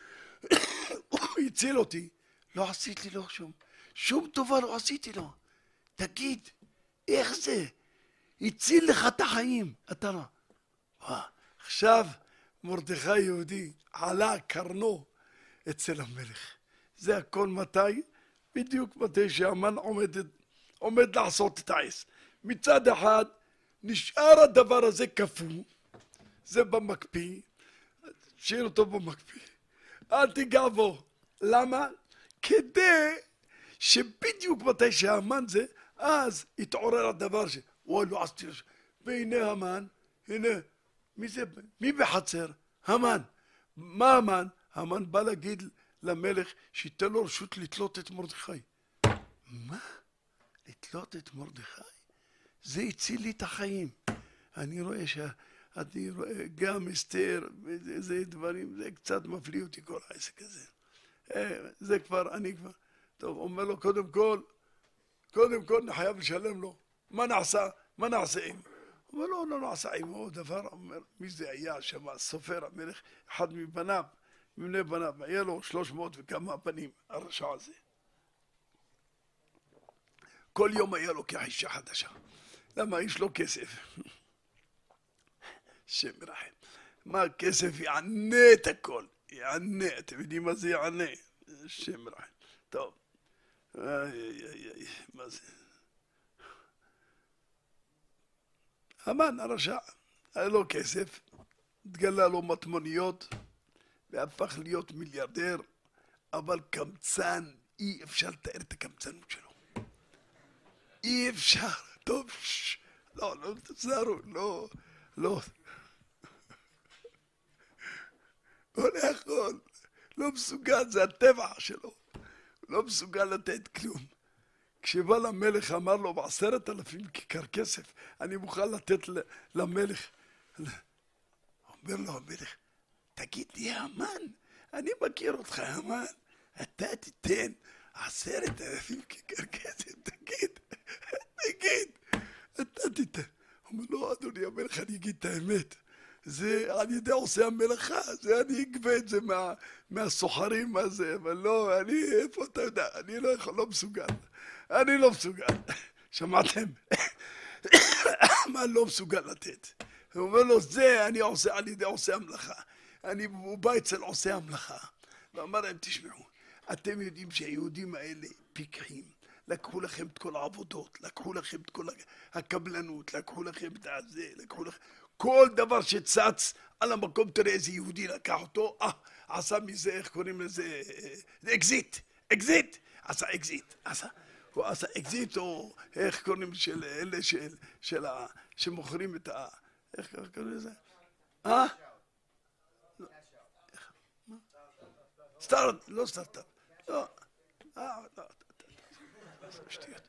הציל אותי. לא עשיתי לו שום טובה לא עשיתי לו. תגיד, איך זה? הציל לך את החיים. אתה לא. עכשיו מרדכי יהודי עלה קרנו אצל המלך. זה הכל מתי? בדיוק מתי שהמן עומד לעשות את העש. מצד אחד נשאר הדבר הזה קפוא, זה במקפיא, שאיר אותו במקפיא, אל תיגע בו. למה? כדי שבדיוק מתי שהמן זה, אז יתעורר הדבר וואי לא עשיתי לו. והנה המן, הנה, מי בחצר? המן. מה המן? המן בא להגיד למלך שייתן לו רשות לתלות את מרדכי. מה? לתלות את מרדכי? זה הציל לי את החיים. אני רואה גם אסתר, זה דברים, זה קצת מפליא אותי כל העסק הזה. זה כבר, אני כבר, טוב, אומר לו קודם כל נחייב לשלם לו. מה נעשה? מה נעשה עם? הוא אומר לו, לא נעשה עמו דבר. אומר, מי זה היה שם? סופר המלך, אחד מבני בניו, היה לו 300 וכמה בנים, הרשע הזה. כל יום היה לוקח אישה חדשה. למה? יש לו כסף. שם רחם. מה הכסף יענה את הכל? יענה, אתם יודעים מה זה יענה? שם רחם. טוב. מה זה? המן הרשע, היה לו כסף, התגלה לו מטמוניות, והפך להיות מיליארדר, אבל קמצן, אי אפשר לתאר את הקמצנות שלו. אי אפשר, טוב, לא, תזהרו, לא. הוא לא יכול, לא מסוגל, זה הטבע שלו, לא מסוגל לתת כלום. כשבא למלך אמר לו, ב10,000 כיכר כסף, אני מוכן לתת למלך. אומר לו המלך, תגיד לי המן, אני מכיר אותך המן, אתה תיתן 10,000 כיכר כסף, תגיד, אתה תיתן. אומר לו, אדוני המלך, אני אגיד את האמת, זה על ידי עושה המלאכה, זה אני אגבה את זה מהסוחרים, מה זה, אבל לא, איפה אתה יודע, אני לא יכול, אני לא מסוגל. שמעתם? מה לא מסוגל לתת? הוא אומר לו, זה אני עושה על ידי עושה המלאכה. הוא בא אצל עושה המלאכה. ואמר להם, תשמעו, אתם יודעים שהיהודים האלה פיקחים. לקחו לכם את כל העבודות, לקחו לכם את כל הקבלנות, לקחו לכם את הזה, לקחו לכם... כל דבר שצץ על המקום, תראה איזה יהודי לקח אותו, עשה מזה, איך קוראים לזה? אקזיט. עשה אקזיט. הוא עשה אקזיט, או איך קוראים של אלה שמוכרים את ה... איך קוראים לזה? לא סטארט-אפ. לא. שטויות.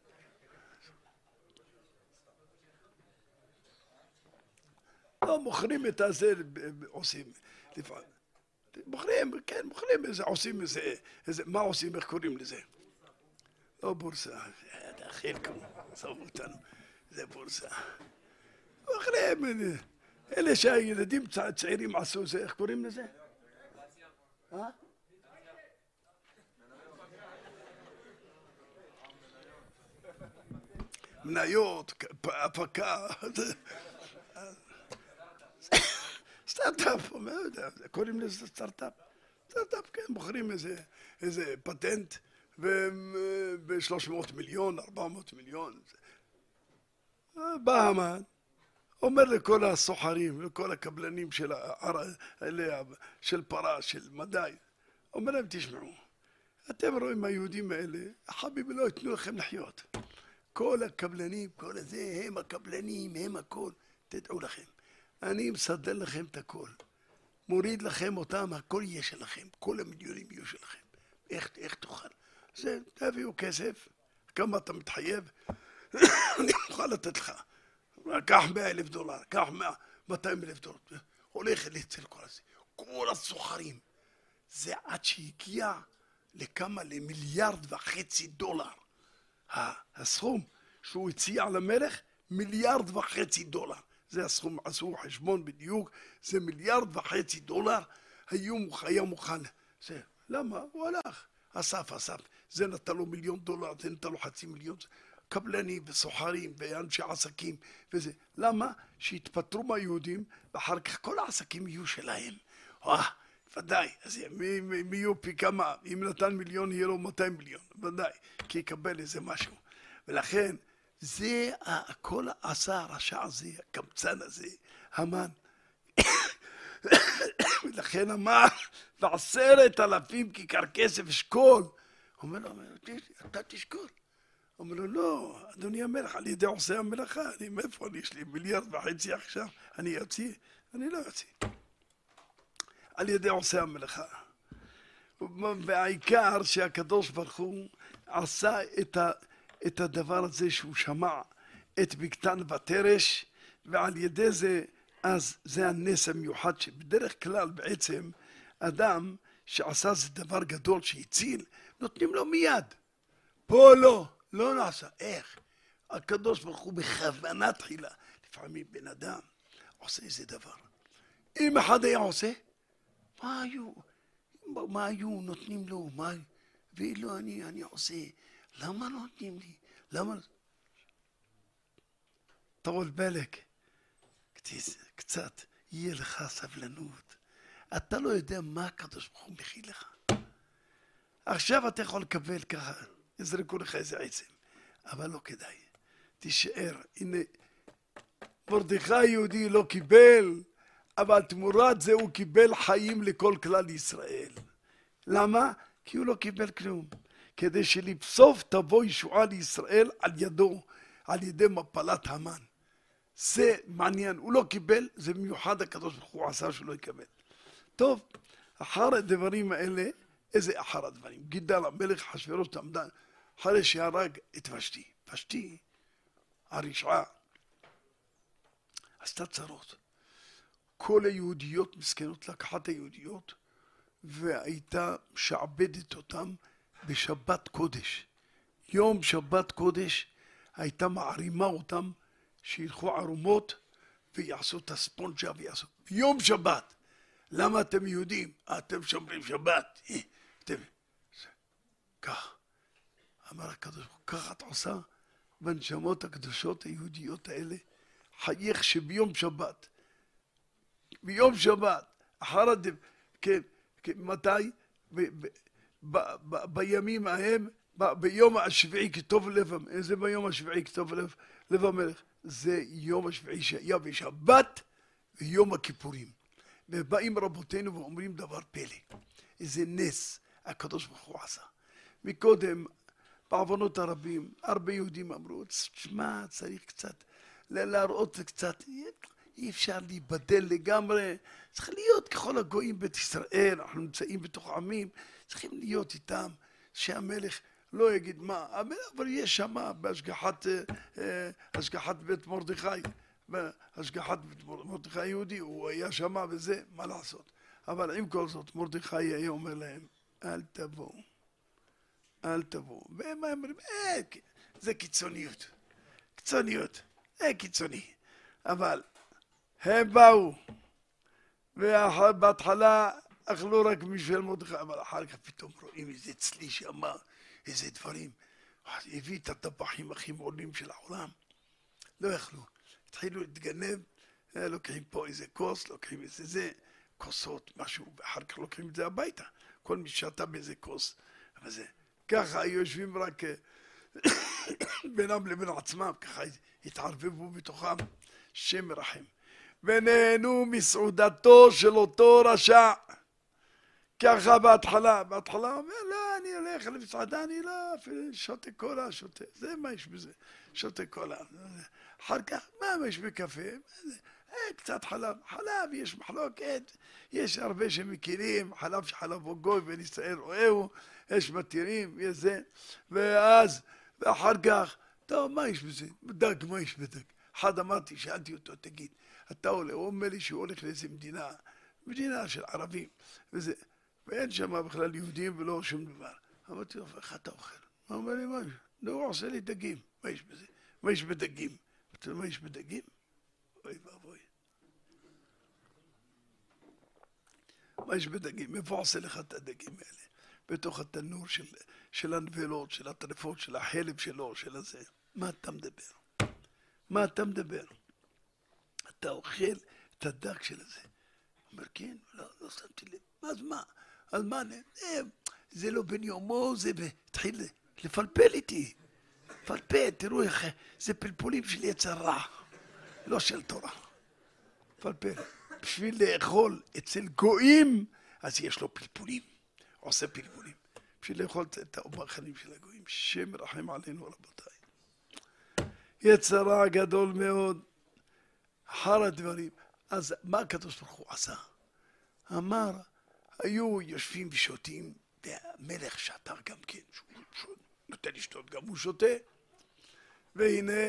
לא, מוכרים את הזה, עושים לפעמים. מוכרים, עושים איזה, מה עושים, איך קוראים לזה? לא בורסה, חלקם, שמו אותנו, זה בורסה. מוכרים, אלה שהילדים צעירים עשו זה, איך קוראים לזה? מניות, הפקה, סטארט-אפ, מה יודע, קוראים לזה סטארט-אפ. סטארט-אפ, כן, מוכרים איזה פטנט ב-300 מיליון, 400 מיליון. בא המן, אומר לכל הסוחרים, לכל הקבלנים של פרש, של מדי, אומר להם, תשמעו, אתם רואים היהודים האלה, החביבי לא יתנו לכם לחיות. כל הקבלנים, כל הזה, הם הקבלנים, הם הכל. תדעו לכם, אני מסדר לכם את הכל. מוריד לכם אותם, הכל יהיה שלכם. כל המיליונים יהיו שלכם. איך תוכל? זה, תביאו כסף, כמה אתה מתחייב, אני מוכן לתת לך. קח $100,000, קח $200,000. הולך אצל כל הזה. כל הסוחרים. זה עד שהגיע לכמה? $1.5 מיליארד. הסכום שהוא הציע למלך, $1.5 מיליארד. זה הסכום, עשו חשבון בדיוק, זה $1.5 מיליארד, היה מוכן. זה, למה? הוא הלך, אסף, זה נתן לו $1,000,000, זה נתן לו $500,000, קבלנים וסוחרים ואנשי עסקים וזה. למה? שהתפטרו מהיהודים, ואחר כך כל העסקים יהיו שלהם. ודאי, אז מי יהיו פי כמה, אם נתן 1,000,000 יהיה לו 200,000,000, ודאי, כי יקבל איזה משהו. ולכן, זה כל עשה הרשע הזה, הקמצן הזה, המן. ולכן אמר, ו10,000 כיכר כסף אשכול. אומר לו, אתה תשקול. אומר לו, לא, אדוני המלך, על ידי עושה המלאכה, מאיפה יש לי $1.5 מיליארד עכשיו, אני יוציא? אני לא יוציא. על ידי עושה המלאכה. והעיקר שהקדוש ברוך הוא עשה את הדבר הזה שהוא שמע את בקתן ותרש, ועל ידי זה, אז זה הנס המיוחד שבדרך כלל בעצם אדם שעשה זה דבר גדול שהציל, נותנים לו מיד. פה לא נעשה. איך? הקדוש ברוך הוא בכוונה תחילה. לפעמים בן אדם עושה איזה דבר. אם אחד היה עושה, מה היו נותנים לו? ואילו אני עושה, למה לא נותנים לי? למה? טול בלק, קצת, יהיה לך סבלנות. אתה לא יודע מה הקדוש ברוך הוא מכיל לך. עכשיו אתה יכול לקבל ככה, יזרקו לך איזה עצם, אבל לא כדאי. תישאר, הנה, מרדכי יהודי לא קיבל, אבל תמורת זה הוא קיבל חיים לכל כלל ישראל. למה? כי הוא לא קיבל כלום. כדי שלבסוף תבוא ישועה לישראל על ידו, על ידי מפלת המן. זה מעניין, הוא לא קיבל, זה מיוחד הקדוש ברוך הוא עשה שלא יקבל. טוב, אחר הדברים האלה, איזה אחר הדברים? גידל המלך אחשוורוש תמדן, אחרי שהרג את ושתי. ושתי, הרשעה, עשתה צרות. כל היהודיות מסכנות, לקחת היהודיות, והייתה שעבדת אותם בשבת קודש. יום שבת קודש הייתה מערימה אותם שילכו ערומות ויעשו את הספונג'ה ויעשו. יום שבת. למה אתם יהודים? אתם שומרים שבת. כך. אמר הקדוש, כך את עושה בנשמות הקדושות היהודיות האלה. חייך שביום שבת. ביום שבת. אחר הדם. כן. מתי? בימים ההם, ביום השביעי כתוב לבם. איזה ביום השביעי כתוב לב המלך? זה יום השביעי שהיה בשבת ויום הכיפורים. ובאים רבותינו ואומרים דבר פלא. איזה נס הקדוש ברוך הוא עשה. מקודם, בעוונות הרבים, הרבה יהודים אמרו, תשמע, צריך קצת להראות קצת, אי אפשר להיבדל לגמרי, צריך להיות ככל הגויים בית ישראל, אנחנו נמצאים בתוך עמים, צריכים להיות איתם, שהמלך לא יגיד מה, אבל יש שמה בהשגחת בית מרדכי, בהשגחת בית מרדכי יהודי, הוא היה שמה וזה, מה לעשות. אבל עם כל זאת, מרדכי היה אומר להם, אל תבואו, אל תבואו. והם אומרים, זה קיצוניות, קיצוני. אבל הם באו, ובהתחלה אכלו רק בשביל מרדכי, אבל אחר כך פתאום רואים איזה צלי שאמר, איזה דברים. הביא את הטבחים הכי מעולים של העולם. לא יכלו. התחילו להתגנב, לוקחים פה איזה כוס, לוקחים איזה זה, כוסות, משהו, ואחר כך לוקחים את זה הביתה. כל מי שתה באיזה כוס. וזה. ככה היו יושבים רק בינם לבין עצמם, ככה התערבבו בתוכם. שם רחם. ונהנו מסעודתו של אותו רשע. ככה בהתחלה אומר, לא, אני הולך למסעדה, אני לא, אפילו שותה קולה, שותה, זה מה יש בזה, שותה קולה. אחר כך, מה יש בקפה? קצת חלב, חלב, יש מחלוקת, יש הרבה שמכירים, חלב שחלב הוא גוי ונישראל רואהו, יש מתירים, יש זה, ואז, ואחר כך, טוב, מה יש בזה? דג, מה יש בדג? אחד אמרתי, שאלתי אותו, תגיד, אתה עולה, הוא אומר לי שהוא הולך לאיזה מדינה של ערבים, וזה, ואין שם בכלל יהודים ולא שום דבר. אמרתי לו, איך אתה אוכל? הוא אומר לי, מה יש? הוא עושה לי דגים, מה יש בזה? מה יש בדגים? אמרתי לו, מה יש בדגים? אוי ואבוי. מה יש בדגים? איפה עושה לך את הדגים האלה? בתוך התנור של הנבלות, של הטרפות, של החלב שלו, של הזה. מה אתה מדבר? מה אתה מדבר? אתה אוכל את הדג של הזה. הוא אומר, כן, לא שמתי לב. אז מה? אז מה? זה לא בן יומו, זה התחיל לפלפל איתי. פלפל, תראו איך, זה פלפולים של יצר רע, לא של תורה. פלפל. בשביל לאכול אצל גויים, אז יש לו פלפולים. עושה פלפולים. בשביל לאכול את המאכלים של הגויים. שם רחם עלינו רבותיי. יצר רע גדול מאוד. אחר הדברים. אז מה הקדוש ברוך הוא עשה? אמר, היו יושבים ושותים, והמלך שתה גם כן, שהוא נותן לשתות, גם הוא שותה. והנה,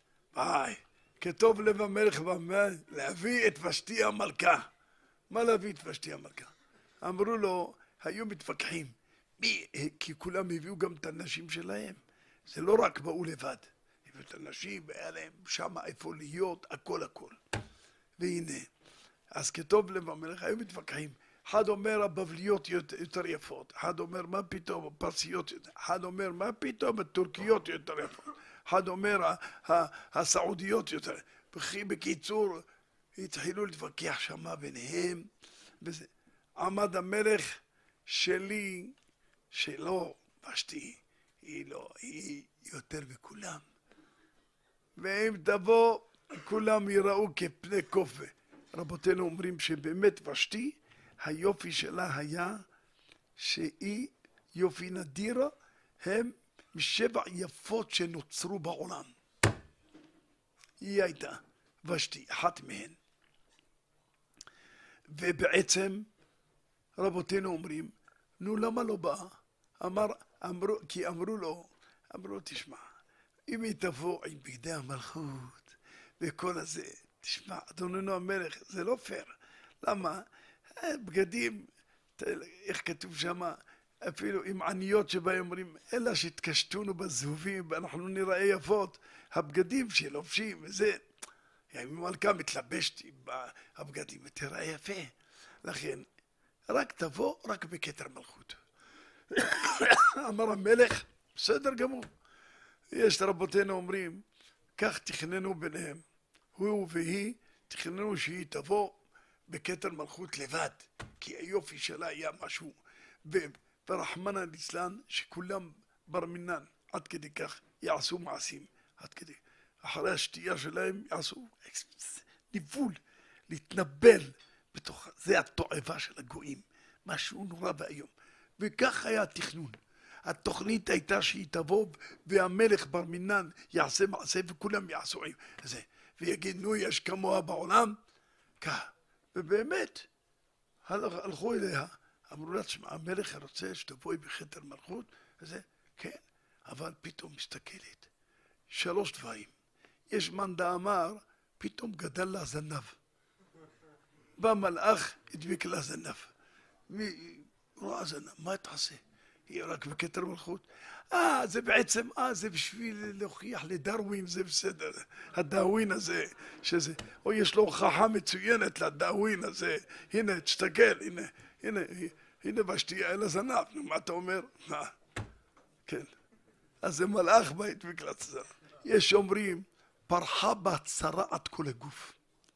כתוב לב המלך ואמר, להביא את ושתי המלכה. מה להביא את ושתי המלכה? אמרו לו, היו מתווכחים, כי כולם הביאו גם את הנשים שלהם. זה לא רק באו לבד, הביאו את הנשים, והיה להם שם איפה להיות, הכל. והנה, אז כתוב לב המלך, היו מתווכחים. אחד אומר הבבליות יותר יפות, אחד אומר מה פתאום הפרסיות יותר, אחד אומר מה פתאום הטורקיות יותר יפות, אחד אומר הסעודיות יותר. בקיצור, התחילו להתווכח שמה ביניהם, עמד המלך שלי, שלא, ושתי, היא יותר מכולם. ואם תבוא, כולם יראו כפני קופה. רבותינו אומרים שבאמת ושתי, היופי שלה היה שהיא יופי נדירה, הם משבע יפות שנוצרו בעולם. היא הייתה ושתי, אחת מהן. ובעצם רבותינו אומרים, נו למה לא באה? כי אמרו לו, תשמע, אם היא תבוא עם בגדי המלכות וכל הזה, תשמע, אדוננו המלך, זה לא פייר. למה? בגדים, איך כתוב שם, אפילו עם עניות שבהם אומרים, אלא שהתקשטונו בזהובים ואנחנו נראה יפות, הבגדים שלובשים וזה, אם מלכה מתלבשת הבגדים ותראה יפה. לכן, רק תבוא, רק בכתר מלכות. אמר המלך, בסדר גמור. יש רבותינו אומרים, כך תכננו ביניהם, הוא והיא תכננו שהיא תבוא בכתר מלכות לבד, כי היופי שלה היה משהו, ורחמנא ליצלן שכולם בר מינן, עד כדי כך יעשו מעשים, עד כדי, אחרי השתייה שלהם יעשו ניבול, להתנבל בתוך, זה התועבה של הגויים, משהו נורא והיום, וכך היה התכנון. התוכנית הייתה שהיא תבוא והמלך בר מינן יעשה מעשה וכולם יעשו זה, ויגיד נו יש כמוה בעולם, כך. ובאמת, הלכו אליה, אמרו לה, תשמע, המלך רוצה שתבואי בכתר מלכות, וזה, כן, אבל פתאום מסתכלת, 3 דברים. יש מאן דאמר, פתאום גדל לה זנב. בא מלאך, הדביק לה זנב. מי רואה זנב, מה תעשה? היא רק בכתר מלכות. זה בעצם, זה בשביל להוכיח לדרווין, זה בסדר. הדאווין הזה, שזה, או יש לו הוכחה מצוינת לדאווין הזה. הנה, תסתכל, הנה ושתייה אל הזנב. מה אתה אומר? כן. אז זה מלאך בית מקלט זנב. יש אומרים, פרחה בהצרעת כל הגוף.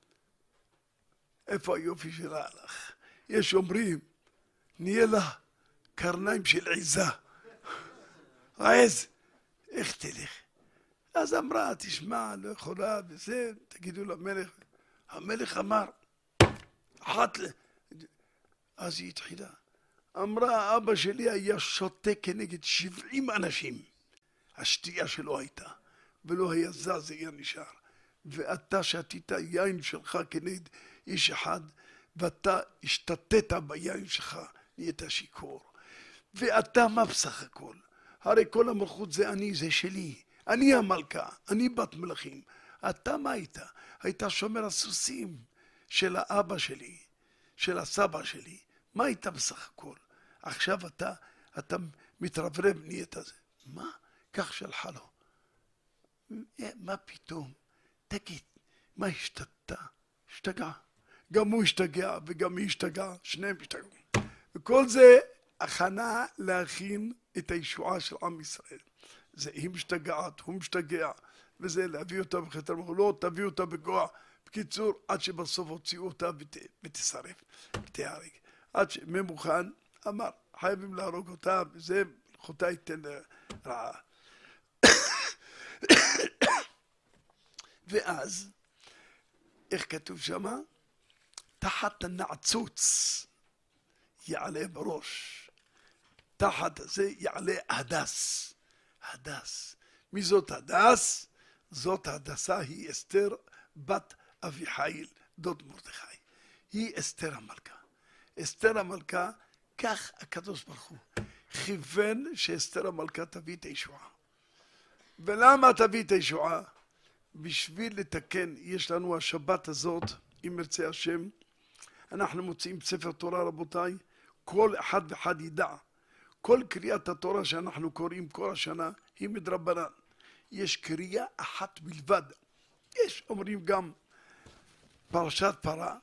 איפה היופי שלה הלך? יש אומרים, נהיה לה קרניים של עיזה. עז, איך תלך? אז אמרה, תשמע, לא יכולה, וזה, תגידו למלך. המלך אמר, אחת ל... אז היא התחילה. אמרה, אבא שלי היה שותה כנגד 70 אנשים. השתייה שלו הייתה, ולא היה זז, היה נשאר. ואתה שתית יין שלך כנגד איש אחד, ואתה השתתת ביין שלך, נהיית שיכור. ואתה מה בסך הכל? הרי כל המלכות זה אני, זה שלי. אני המלכה, אני בת מלכים. אתה מה היית? היית שומר הסוסים של האבא שלי, של הסבא שלי. מה היית בסך הכל? עכשיו אתה מתרברב נהיית זה. מה? כך שלחה לו. מה פתאום? תגיד, מה השתתה? השתגע. גם הוא השתגע וגם היא השתגעה, שניהם השתגעו. וכל זה הכנה להכין את הישועה של עם ישראל. זה היא משתגעת, הוא משתגע, וזה להביא אותה בחטא המחולות, תביא אותה בכוח. בקיצור, עד שבסוף הוציאו אותה ותשרף, ותהרג. עד שממוכן אמר, חייבים להרוג אותה, וזה מלכותה ייתן רעה. ואז, איך כתוב שמה? תחת הנעצוץ יעלה בראש. תחת זה יעלה הדס. הדס. מי זאת הדס? זאת הדסה, היא אסתר בת אביחיל, דוד מרדכי. היא אסתר המלכה. אסתר המלכה, כך הקדוש ברוך הוא כיוון שאסתר המלכה תביא את הישועה. ולמה תביא את הישועה? בשביל לתקן, יש לנו השבת הזאת, אם ירצה השם, אנחנו מוצאים ספר תורה רבותיי, כל אחד ואחד ידע, כל קריאת התורה שאנחנו קוראים כל השנה היא מדרבנן. יש קריאה אחת בלבד, יש אומרים גם פרשת פרה,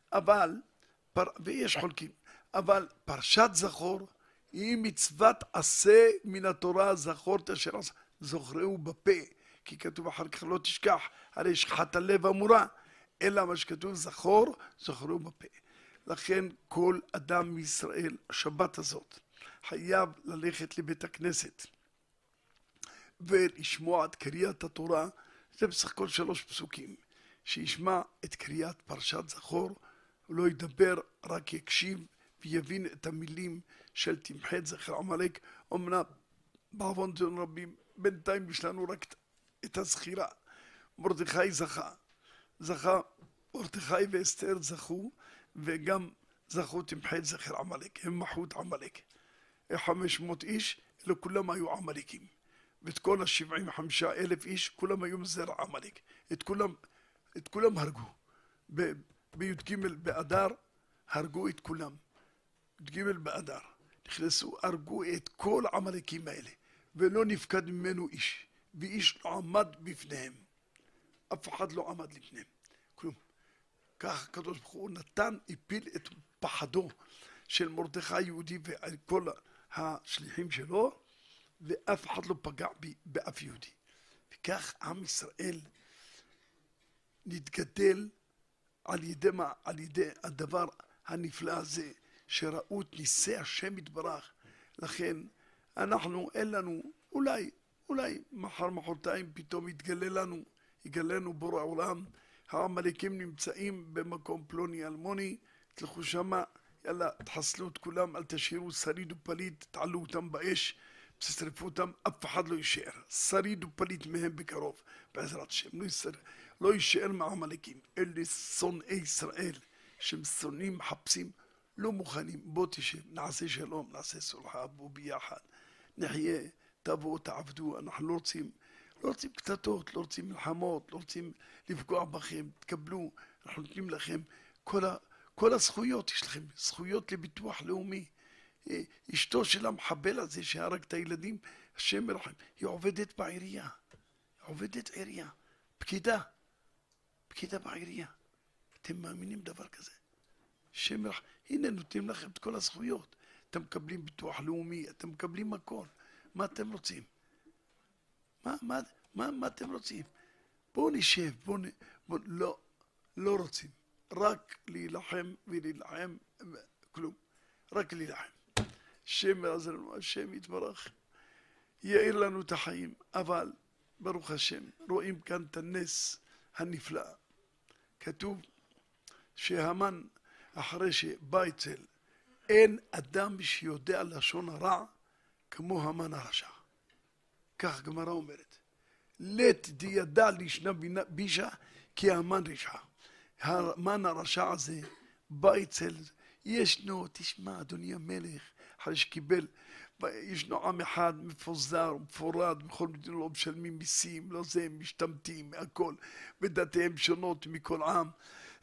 ויש חולקים, אבל פרשת זכור היא מצוות עשה מן התורה, זכור את אשר זוכרהו בפה, כי כתוב אחר כך לא תשכח, הרי שכחת הלב אמורה, אלא מה שכתוב זכור, זוכרהו בפה. לכן כל אדם מישראל, השבת הזאת, חייב ללכת לבית הכנסת ולשמוע את קריאת התורה. זה בסך הכל 3 פסוקים, שישמע את קריאת פרשת זכור, הוא לא ידבר, רק יקשיב ויבין את המילים של תמחה את זכר עמלק. אמנם בעוון זון רבים, בינתיים יש לנו רק את הזכירה. מרדכי זכה, מרדכי ואסתר זכו, וגם זכו תמחה את זכר עמלק, הם מחו את עמלק. 500 איש, אלא כולם היו עמלקים. ואת כל ה-75,000 איש, כולם היו מזרע עמלק. את כולם הרגו. בי"ג באדר הרגו את כולם. י"ג באדר נכנסו, הרגו את כל העמלקים האלה, ולא נפקד ממנו איש, ואיש לא עמד בפניהם. אף אחד לא עמד לפניהם. כלום. כך הקדוש ברוך הוא נתן, הפיל את פחדו של מרדכי יהודי וכל השליחים שלו, ואף אחד לא פגע באף יהודי. וכך עם ישראל נתגדל על ידי הדבר הנפלא הזה, שראו את ניסי השם יתברך. לכן אנחנו, אין לנו, אולי מחר מחרתיים פתאום יגלה לנו בורא עולם, העמלקים נמצאים במקום פלוני אלמוני, תלכו שמה, יאללה, תחסלו את כולם, אל תשאירו שריד ופליט, תעלו אותם באש, תשרפו אותם, אף אחד לא יישאר. שריד ופליט מהם בקרוב, בעזרת השם, לא יישאר מהעמלקים. אלה שונאי ישראל, שהם שונאים, מחפשים, לא מוכנים. בוא תשב, נעשה שלום, נעשה סולחה, בוא ביחד, נחיה, תבואו, תעבדו. אנחנו לא רוצים קטטות, לא רוצים מלחמות, לא רוצים לפגוע בכם, תקבלו, אנחנו נותנים לכם כל הזכויות, יש לכם זכויות לביטוח לאומי. אשתו של המחבל הזה שהרג את הילדים, השם מרחם, היא עובדת בעירייה, עובדת עירייה, פקידה בעירייה. אתם מאמינים דבר כזה? השם מרחם, הנה נותנים לכם את כל הזכויות, אתם מקבלים ביטוח לאומי, אתם מקבלים הכל. מה אתם רוצים? מה אתם רוצים? בואו נשב, לא רוצים, רק להילחם ולהילחם, כלום, רק להילחם. השם יעזור לנו, השם יתברך, יאיר לנו את החיים, אבל ברוך השם, רואים כאן את הנס הנפלא. כתוב שהמן, אחרי שבא אצל, אין אדם שיודע לשון הרע כמו המן הרשע. כך גמרא אומרת. לית דידע לישנה בישה כי המן רשע. המן הרשע הזה בא אצל, ישנו, תשמע אדוני המלך, אחרי שקיבל, ישנו עם אחד מפוזר, מפורד, בכל מדינה לא משלמים מיסים, לא זה, משתמטים, הכל, ודתיהם שונות מכל עם.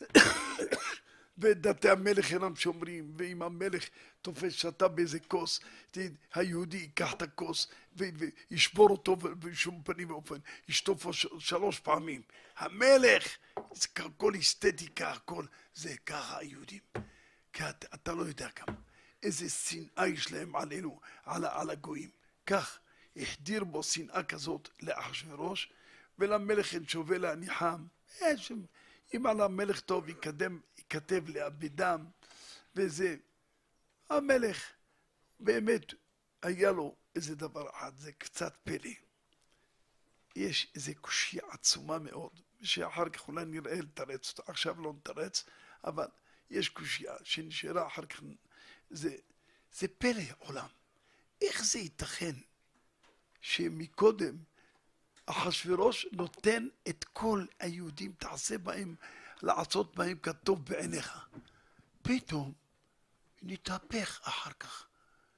ודתי המלך אינם שומרים, ואם המלך תופס שתה באיזה כוס, היהודי ייקח את הכוס וישבור אותו בשום פנים ואופן, ישטוף אותו 3 פעמים. המלך, זה הכל אסתטיקה, הכל, זה ככה היהודים. כי אתה לא יודע כמה, איזה שנאה יש להם עלינו, על הגויים. כך החדיר בו שנאה כזאת לאחשוורוש, ולמלך אין שווה להניחם. אם על המלך טוב ייכתב לאבדם, וזה, המלך באמת היה לו איזה דבר אחד, זה קצת פלא. יש איזה קושיה עצומה מאוד, שאחר כך אולי נראה לתרץ אותה, עכשיו לא נתרץ, אבל יש קושיה שנשארה אחר כך, זה פלא עולם. איך זה ייתכן שמקודם אחשוורוש נותן את כל היהודים, תעשה בהם, לעשות בהם כטוב בעיניך. פתאום נתהפך אחר כך.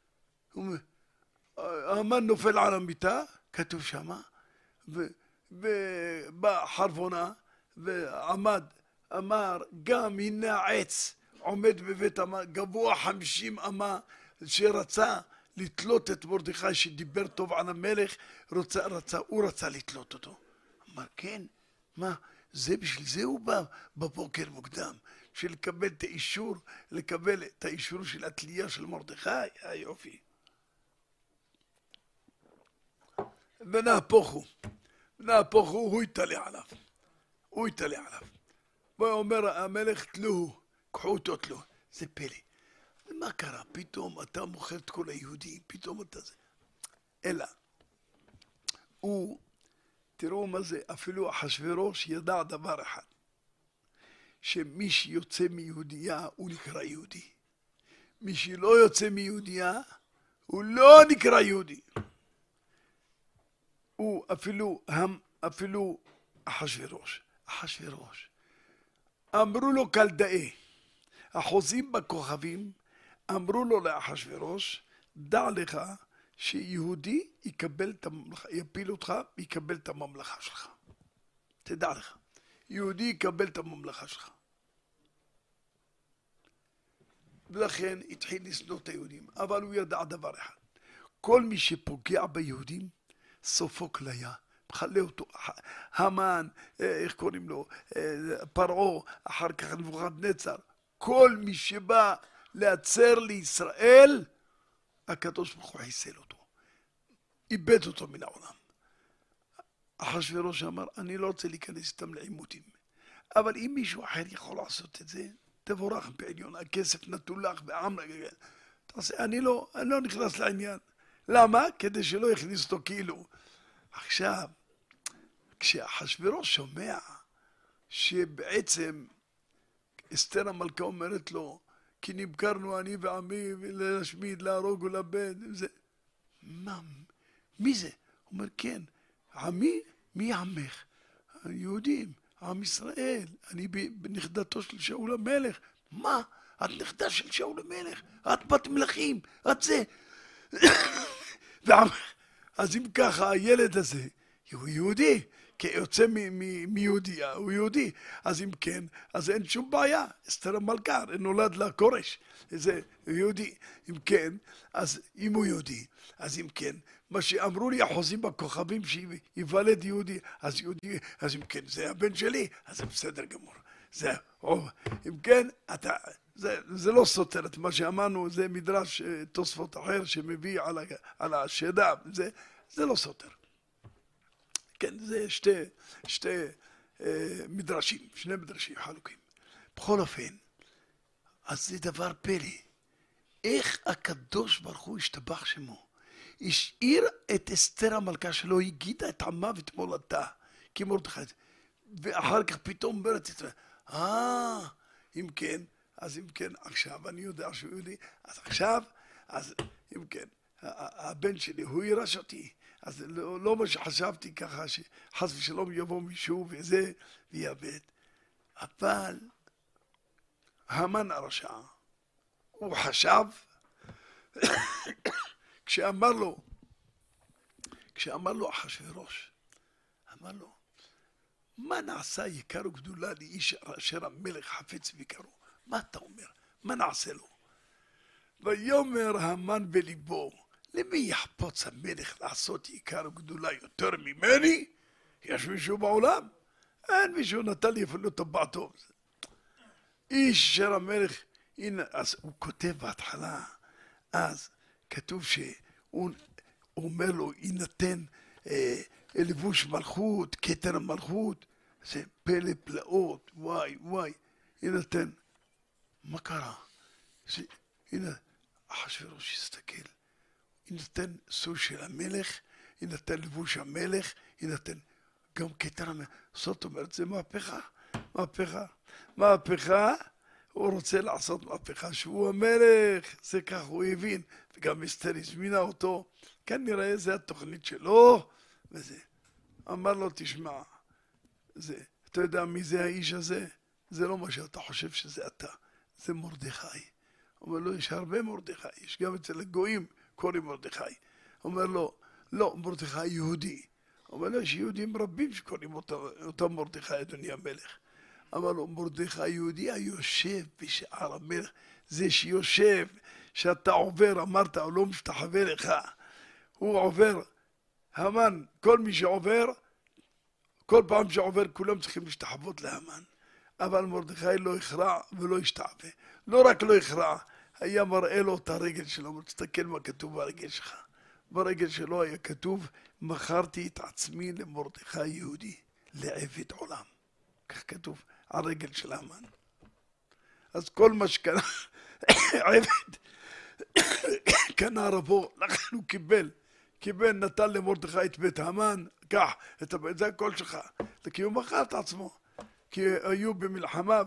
המן נופל על המיטה, כתוב שמה, ובא חרבונה ועמד, אמר, גם הנה העץ עומד בבית המן, גבוה 50 אמה, שרצה לתלות את מרדכי שדיבר טוב על המלך, הוא רצה לתלות אותו. אמר, כן, מה, זה בשביל זה הוא בא בבוקר מוקדם, בשביל לקבל את האישור, לקבל את האישור של התלייה של מרדכי, היופי. ונהפוכו, הוא יתלה עליו, ואומר המלך תלוהו, קחו אותו תלוהו, זה פלא. מה קרה? פתאום אתה מוכר את כל היהודים, פתאום אתה זה. אלא, תראו מה זה, אפילו אחשוורוש ידע דבר אחד, שמי שיוצא מיהודייה הוא נקרא יהודי. מי שלא יוצא מיהודייה הוא לא נקרא יהודי. הוא אפילו אחשוורוש, אמרו לו כלדאי, החוזים בכוכבים, אמרו לו לאחשוורוש, דע לך שיהודי יקבל את הממלכה, יפיל אותך ויקבל את הממלכה שלך. תדע לך, יהודי יקבל את הממלכה שלך. ולכן התחיל לשנוא את היהודים, אבל הוא ידע דבר אחד, כל מי שפוגע ביהודים, סופו כליה, מחלה אותו, המן, איך קוראים לו, פרעה, אחר כך נבוכדנצר, כל מי שבא להצר לישראל, הקדוש ברוך הוא חיסל אותו, איבד אותו מן העולם. אחשוורוש אמר, אני לא רוצה להיכנס איתם לעימותים, אבל אם מישהו אחר יכול לעשות את זה, תבורך בעליון, הכסף נתון לך בעם, אני לא נכנס לעניין. למה? כדי שלא יכניס אותו כאילו. עכשיו, כשאחשוורוש שומע שבעצם אסתר המלכה אומרת לו, כי נמכרנו אני ועמי להשמיד, להרוג ולאבד, זה, מי זה? הוא אומר, כן, עמי, מי עמך? היהודים, עם ישראל, אני בנכדתו של שאול המלך. מה? את נכדה של שאול המלך, את בת מלכים, את זה. אז אם ככה הילד הזה הוא יהודי, כי יוצא מיהודייה, הוא יהודי, אז אם כן, אז אין שום בעיה, אסתר המלכה, נולד לה כורש, זה יהודי, אם כן, אז אם הוא יהודי, אז אם כן, מה שאמרו לי החוזים בכוכבים שיוולד יהודי, אז אם כן, זה הבן שלי, אז זה בסדר גמור, זה, אם כן, זה לא סותר את מה שאמרנו, זה מדרש תוספות אחר שמביא על השדה, זה לא סותר. כן, זה שני מדרשים חלוקים. בכל אופן, אז זה דבר פלא. איך הקדוש ברוך הוא השתבח שמו, השאיר את אסתר המלכה שלו, הגידה את עמה ואת מולדתה, כי מרדכי, ואחר כך פתאום אומרת, אם כן, עכשיו אני יודע שהוא יהודי, אז עכשיו, אז אם כן, הבן שלי, הוא יירש אותי, אז לא מה שחשבתי ככה, שחס ושלום יבוא מישהו וזה, ויאבד. אבל, המן הרשע, הוא חשב, כשאמר לו אחשוורוש, אמר לו, מה נעשה יקר וגדולה לאיש אשר המלך חפץ ויקרו? מה אתה אומר? מה נעשה לו? ויאמר המן בליבו, למי יחפוץ המלך לעשות יקר וגדולה יותר ממני? יש מישהו בעולם? אין מישהו נתן לי אפילו טבעתו. איש אשר המלך, הנה, אז הוא כותב בהתחלה, אז כתוב שהוא אומר לו, יינתן לבוש מלכות, כתר מלכות, זה פלא פלאות, וואי, יינתן. מה קרה? הנה, אחשוורוש יסתכל, יינתן סוג של המלך, יינתן לבוש המלך, יינתן גם כתר המלך. זאת אומרת, זה מהפכה, הוא רוצה לעשות מהפכה שהוא המלך, זה כך הוא הבין, וגם אסתר הזמינה אותו, כנראה זה התוכנית שלו, וזה. אמר לו, תשמע, אתה יודע מי זה האיש הזה? זה לא מה שאתה חושב שזה אתה, זה מרדכי. אומר לו, יש הרבה מרדכי, יש גם אצל הגויים קוראים מרדכי. אומר לו, לא, מרדכי יהודי. אומר לו, יש יהודים רבים שקוראים אותם מרדכי, אדוני המלך. אמר לו, מרדכי יהודי היושב בשער המלך, זה שיושב, שאתה עובר, אמרת, הוא לא משתחווה לך. הוא עובר, המן, כל מי שעובר, כל פעם שעובר, כולם צריכים להשתחוות להמן. אבל מרדכי לא הכרע ולא השתחווה. לא רק לא הכרע, היה מראה לו את הרגל שלו, תסתכל מה כתוב ברגל שלך. ברגל שלו היה כתוב, מכרתי את עצמי למרדכי יהודי, לעבד עולם. כך כתוב, הרגל של המן. אז כל מה שקנה, עבד, קנה רבו, לכן הוא קיבל, נתן למרדכי את בית המן, קח, זה הכל שלך. כי הוא מכר את עצמו. כי היו במלחמה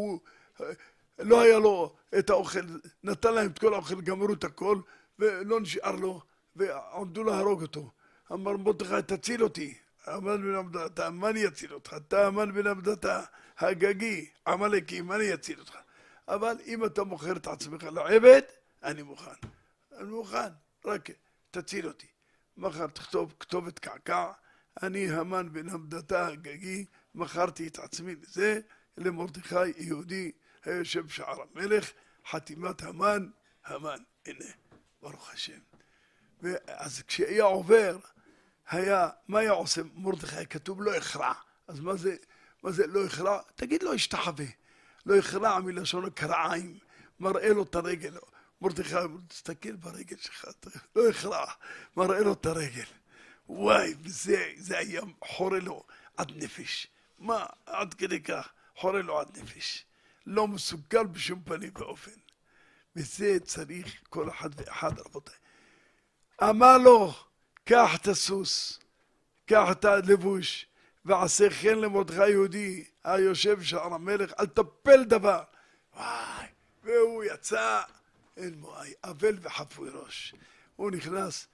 לא היה לו את האוכל, נתן להם את כל האוכל, גמרו את הכל, ולא נשאר לו, ועמדו להרוג אותו. אמר מרדכי, תציל אותי. המן בן עבדתה, מה אני אציל אותך? אתה המן בן עבדתה, הגגי, עמלקי, מה אני אציל אותך? אבל אם אתה מוכר את עצמך לעבד, אני מוכן, רק תציל אותי. מחר תכתוב כתובת קעקע, אני המן בן עבדתה, הגגי, מכרתי את עצמי לזה, למרדכי יהודי, היושב בשער המלך, חתימת המן, הנה, ברוך השם. ואז כשהיה עובר, מה היה עושה מרדכי? כתוב לא הכרע. אז מה זה לא הכרע? תגיד לא השתחווה. לא הכרע מלשון הקרעיים, מראה לו את הרגל. מרדכי, תסתכל ברגל שלך, לא הכרע, מראה לו את הרגל. וואי, זה היה חורה לו עד נפש. מה? עד כדי כך, חורה לו עד נפש. לא מסוגל בשום פנים ואופן. וזה צריך כל אחד ואחד, רבותיי. אמר לו, קח את הסוס, קח את הלבוש, ועשה כן למרדכי יהודי, היושב שער המלך, אל תפל דבר. וואי, והוא יצא, אין מועי, אבל וחפוי ראש. הוא נכנס,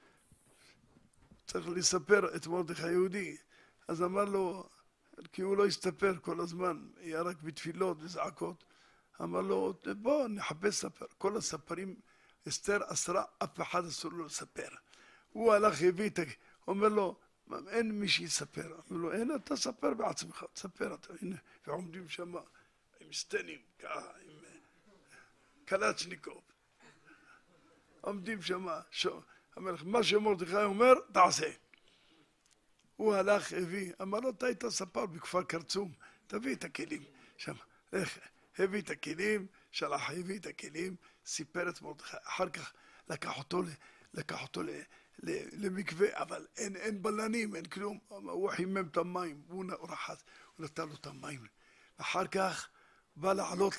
צריך לספר את מרדכי יהודי. אז אמר לו, כי הוא לא יסתפר כל הזמן, היה רק בתפילות וזעקות. אמר לו, בוא נחפש ספר. כל הספרים, אסתר אסרה, אף אחד אסור לו לספר. הוא הלך הביא, אומר לו, אין מי שיספר. אמר לו, אין, אתה ספר בעצמך, תספר אתה, הנה. ועומדים שם עם סטנים, עם קלצ'ניקוב. עומדים שם, המלך, מה שמרדכי אומר, תעשה. הוא הלך, אמר לו, אתה היית ספר בכפר קרצום, תביא את הכלים. שם, הביא את הכלים, שלח, הביא את הכלים, סיפר את מרדכי. אחר כך לקח אותו למקווה, אבל אין בלנים, אין כלום. הוא חימם את המים, הוא רחץ, הוא נתן לו את המים. אחר כך בא לעלות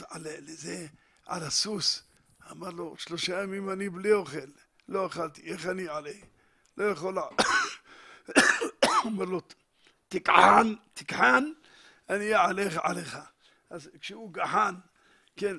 על הסוס. אמר לו, 3 ימים אני בלי אוכל, לא אכלתי, איך אני עלי? לא יכול אומר לו, תכחן, תכחן, אני אהיה עליך. אז כשהוא גחן, כן,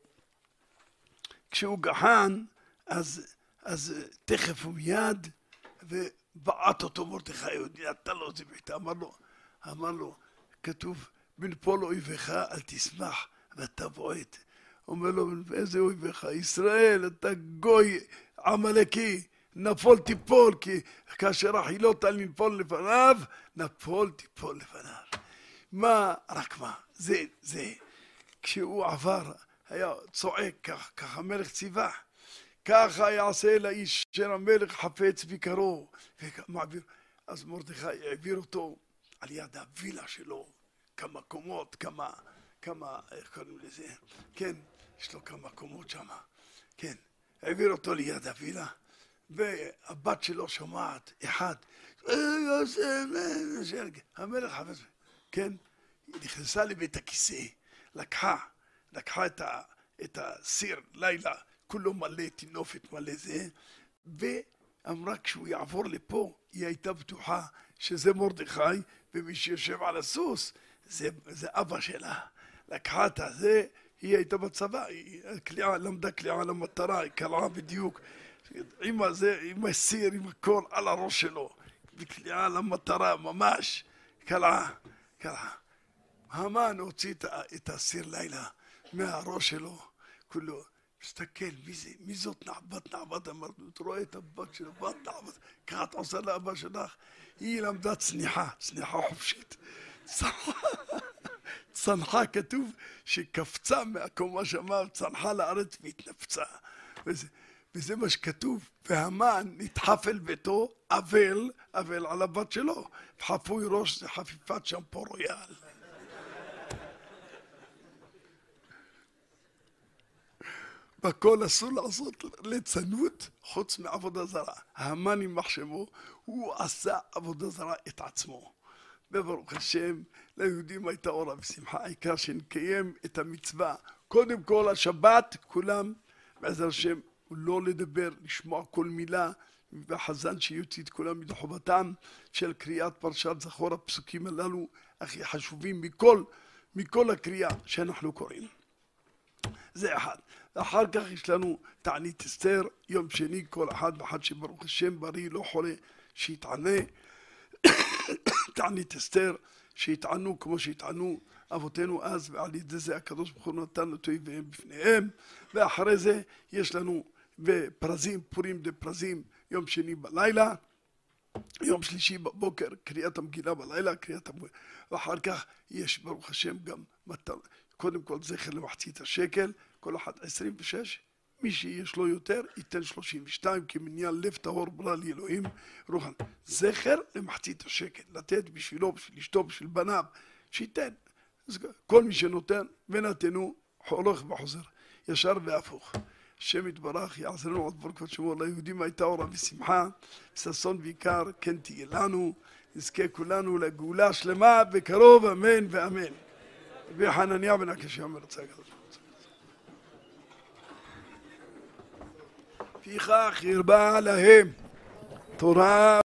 כשהוא גחן, אז תכף ומיד, ובעט אותו מרדכי, אתה לא זיבית, אמר לו, כתוב, בנפול אויבך אל תשמח, ואתה בועט. אומר לו, איזה אויבך? ישראל, אתה גוי עמלקי, נפול תיפול, כי כאשר החילות על נפול לפניו, נפול תיפול לפניו. רק מה, זה, כשהוא עבר, היה צועק ככה המלך ציווה, ככה יעשה לאיש אשר המלך חפץ ביקרו, אז מרדכי העביר אותו על יד הווילה שלו, כמה קומות, כמה, איך קוראים לזה, כן, יש לו כמה קומות שם, כן, העביר אותו ליד הווילה, והבת שלו שומעת, אחד, המלך חפץ, כן, נכנסה לבית הכיסא, לקחה את הסיר לילה, כולו מלא תינופת מלא זה, ואמרה כשהוא יעבור לפה, היא הייתה בטוחה שזה מרדכי, ומי שיושב על הסוס, זה אבא שלה. לקחה את זה, היא הייתה בצבא, היא למדה קליעה למטרה, היא קלעה בדיוק, עם הסיר, עם הכל על הראש שלו, וקליעה למטרה, ממש, קלעה. המן הוציא את הסיר לילה מהראש שלו, כולו, מסתכל, מי זאת נעבת, אמרנו, אתה רואה את הבת שלו, בת נעבת, ככה את עושה לאבא שלך, היא למדה צניחה חופשית, צנחה, כתוב שקפצה מהקומה שמר, צנחה לארץ והתנפצה, וזה מה שכתוב, והמן נדחף אל ביתו, אבל על הבת שלו, חפוי ראש זה חפיפת שמפו רויאל. בכל אסור לעשות ליצנות חוץ מעבודה זרה. המן עם מחשבו, הוא עשה עבודה זרה את עצמו. וברוך השם, ליהודים הייתה אורה ושמחה, העיקר שנקיים את המצווה. קודם כל השבת, כולם, בעזרת השם, לא לדבר, לשמוע כל מילה, והחזן שיוציא את כולם מדי חובתם של קריאת פרשת זכור. הפסוקים הללו הכי חשובים מכל הקריאה שאנחנו קוראים. זה אחד. ואחר כך יש לנו תענית אסתר, יום שני, כל אחד ואחד שברוך השם בריא לא חולה, שיתענה. תענית אסתר, שיתענו כמו שיתענו אבותינו אז, ועל ידי זה הקדוש ברוך הוא נתן לטויביהם בפניהם. ואחרי זה יש לנו בפרזים, פורים דפרזים, יום שני בלילה, יום שלישי בבוקר, קריאת המגילה בלילה, ואחר כך יש ברוך השם גם קודם כל זכר למחצית השקל, כל אחד 26, מי שיש לו יותר ייתן 32, כמניין לב טהור ברא לאלוהים רוחן. זכר למחצית השקל, לתת בשבילו, בשביל אשתו, בשביל בניו, שייתן. כל מי שנותן ונתנו הולך וחוזר, ישר והפוך. השם יתברך יעזרנו עוד ברכות שמו. ליהודים הייתה אורה ושמחה, ששון ויקר, כן תהיה לנו, נזכה כולנו לגאולה שלמה בקרוב, אמן ואמן. וחנניה בן עקשיא אומר צגה. פיכך הרבה להם תורה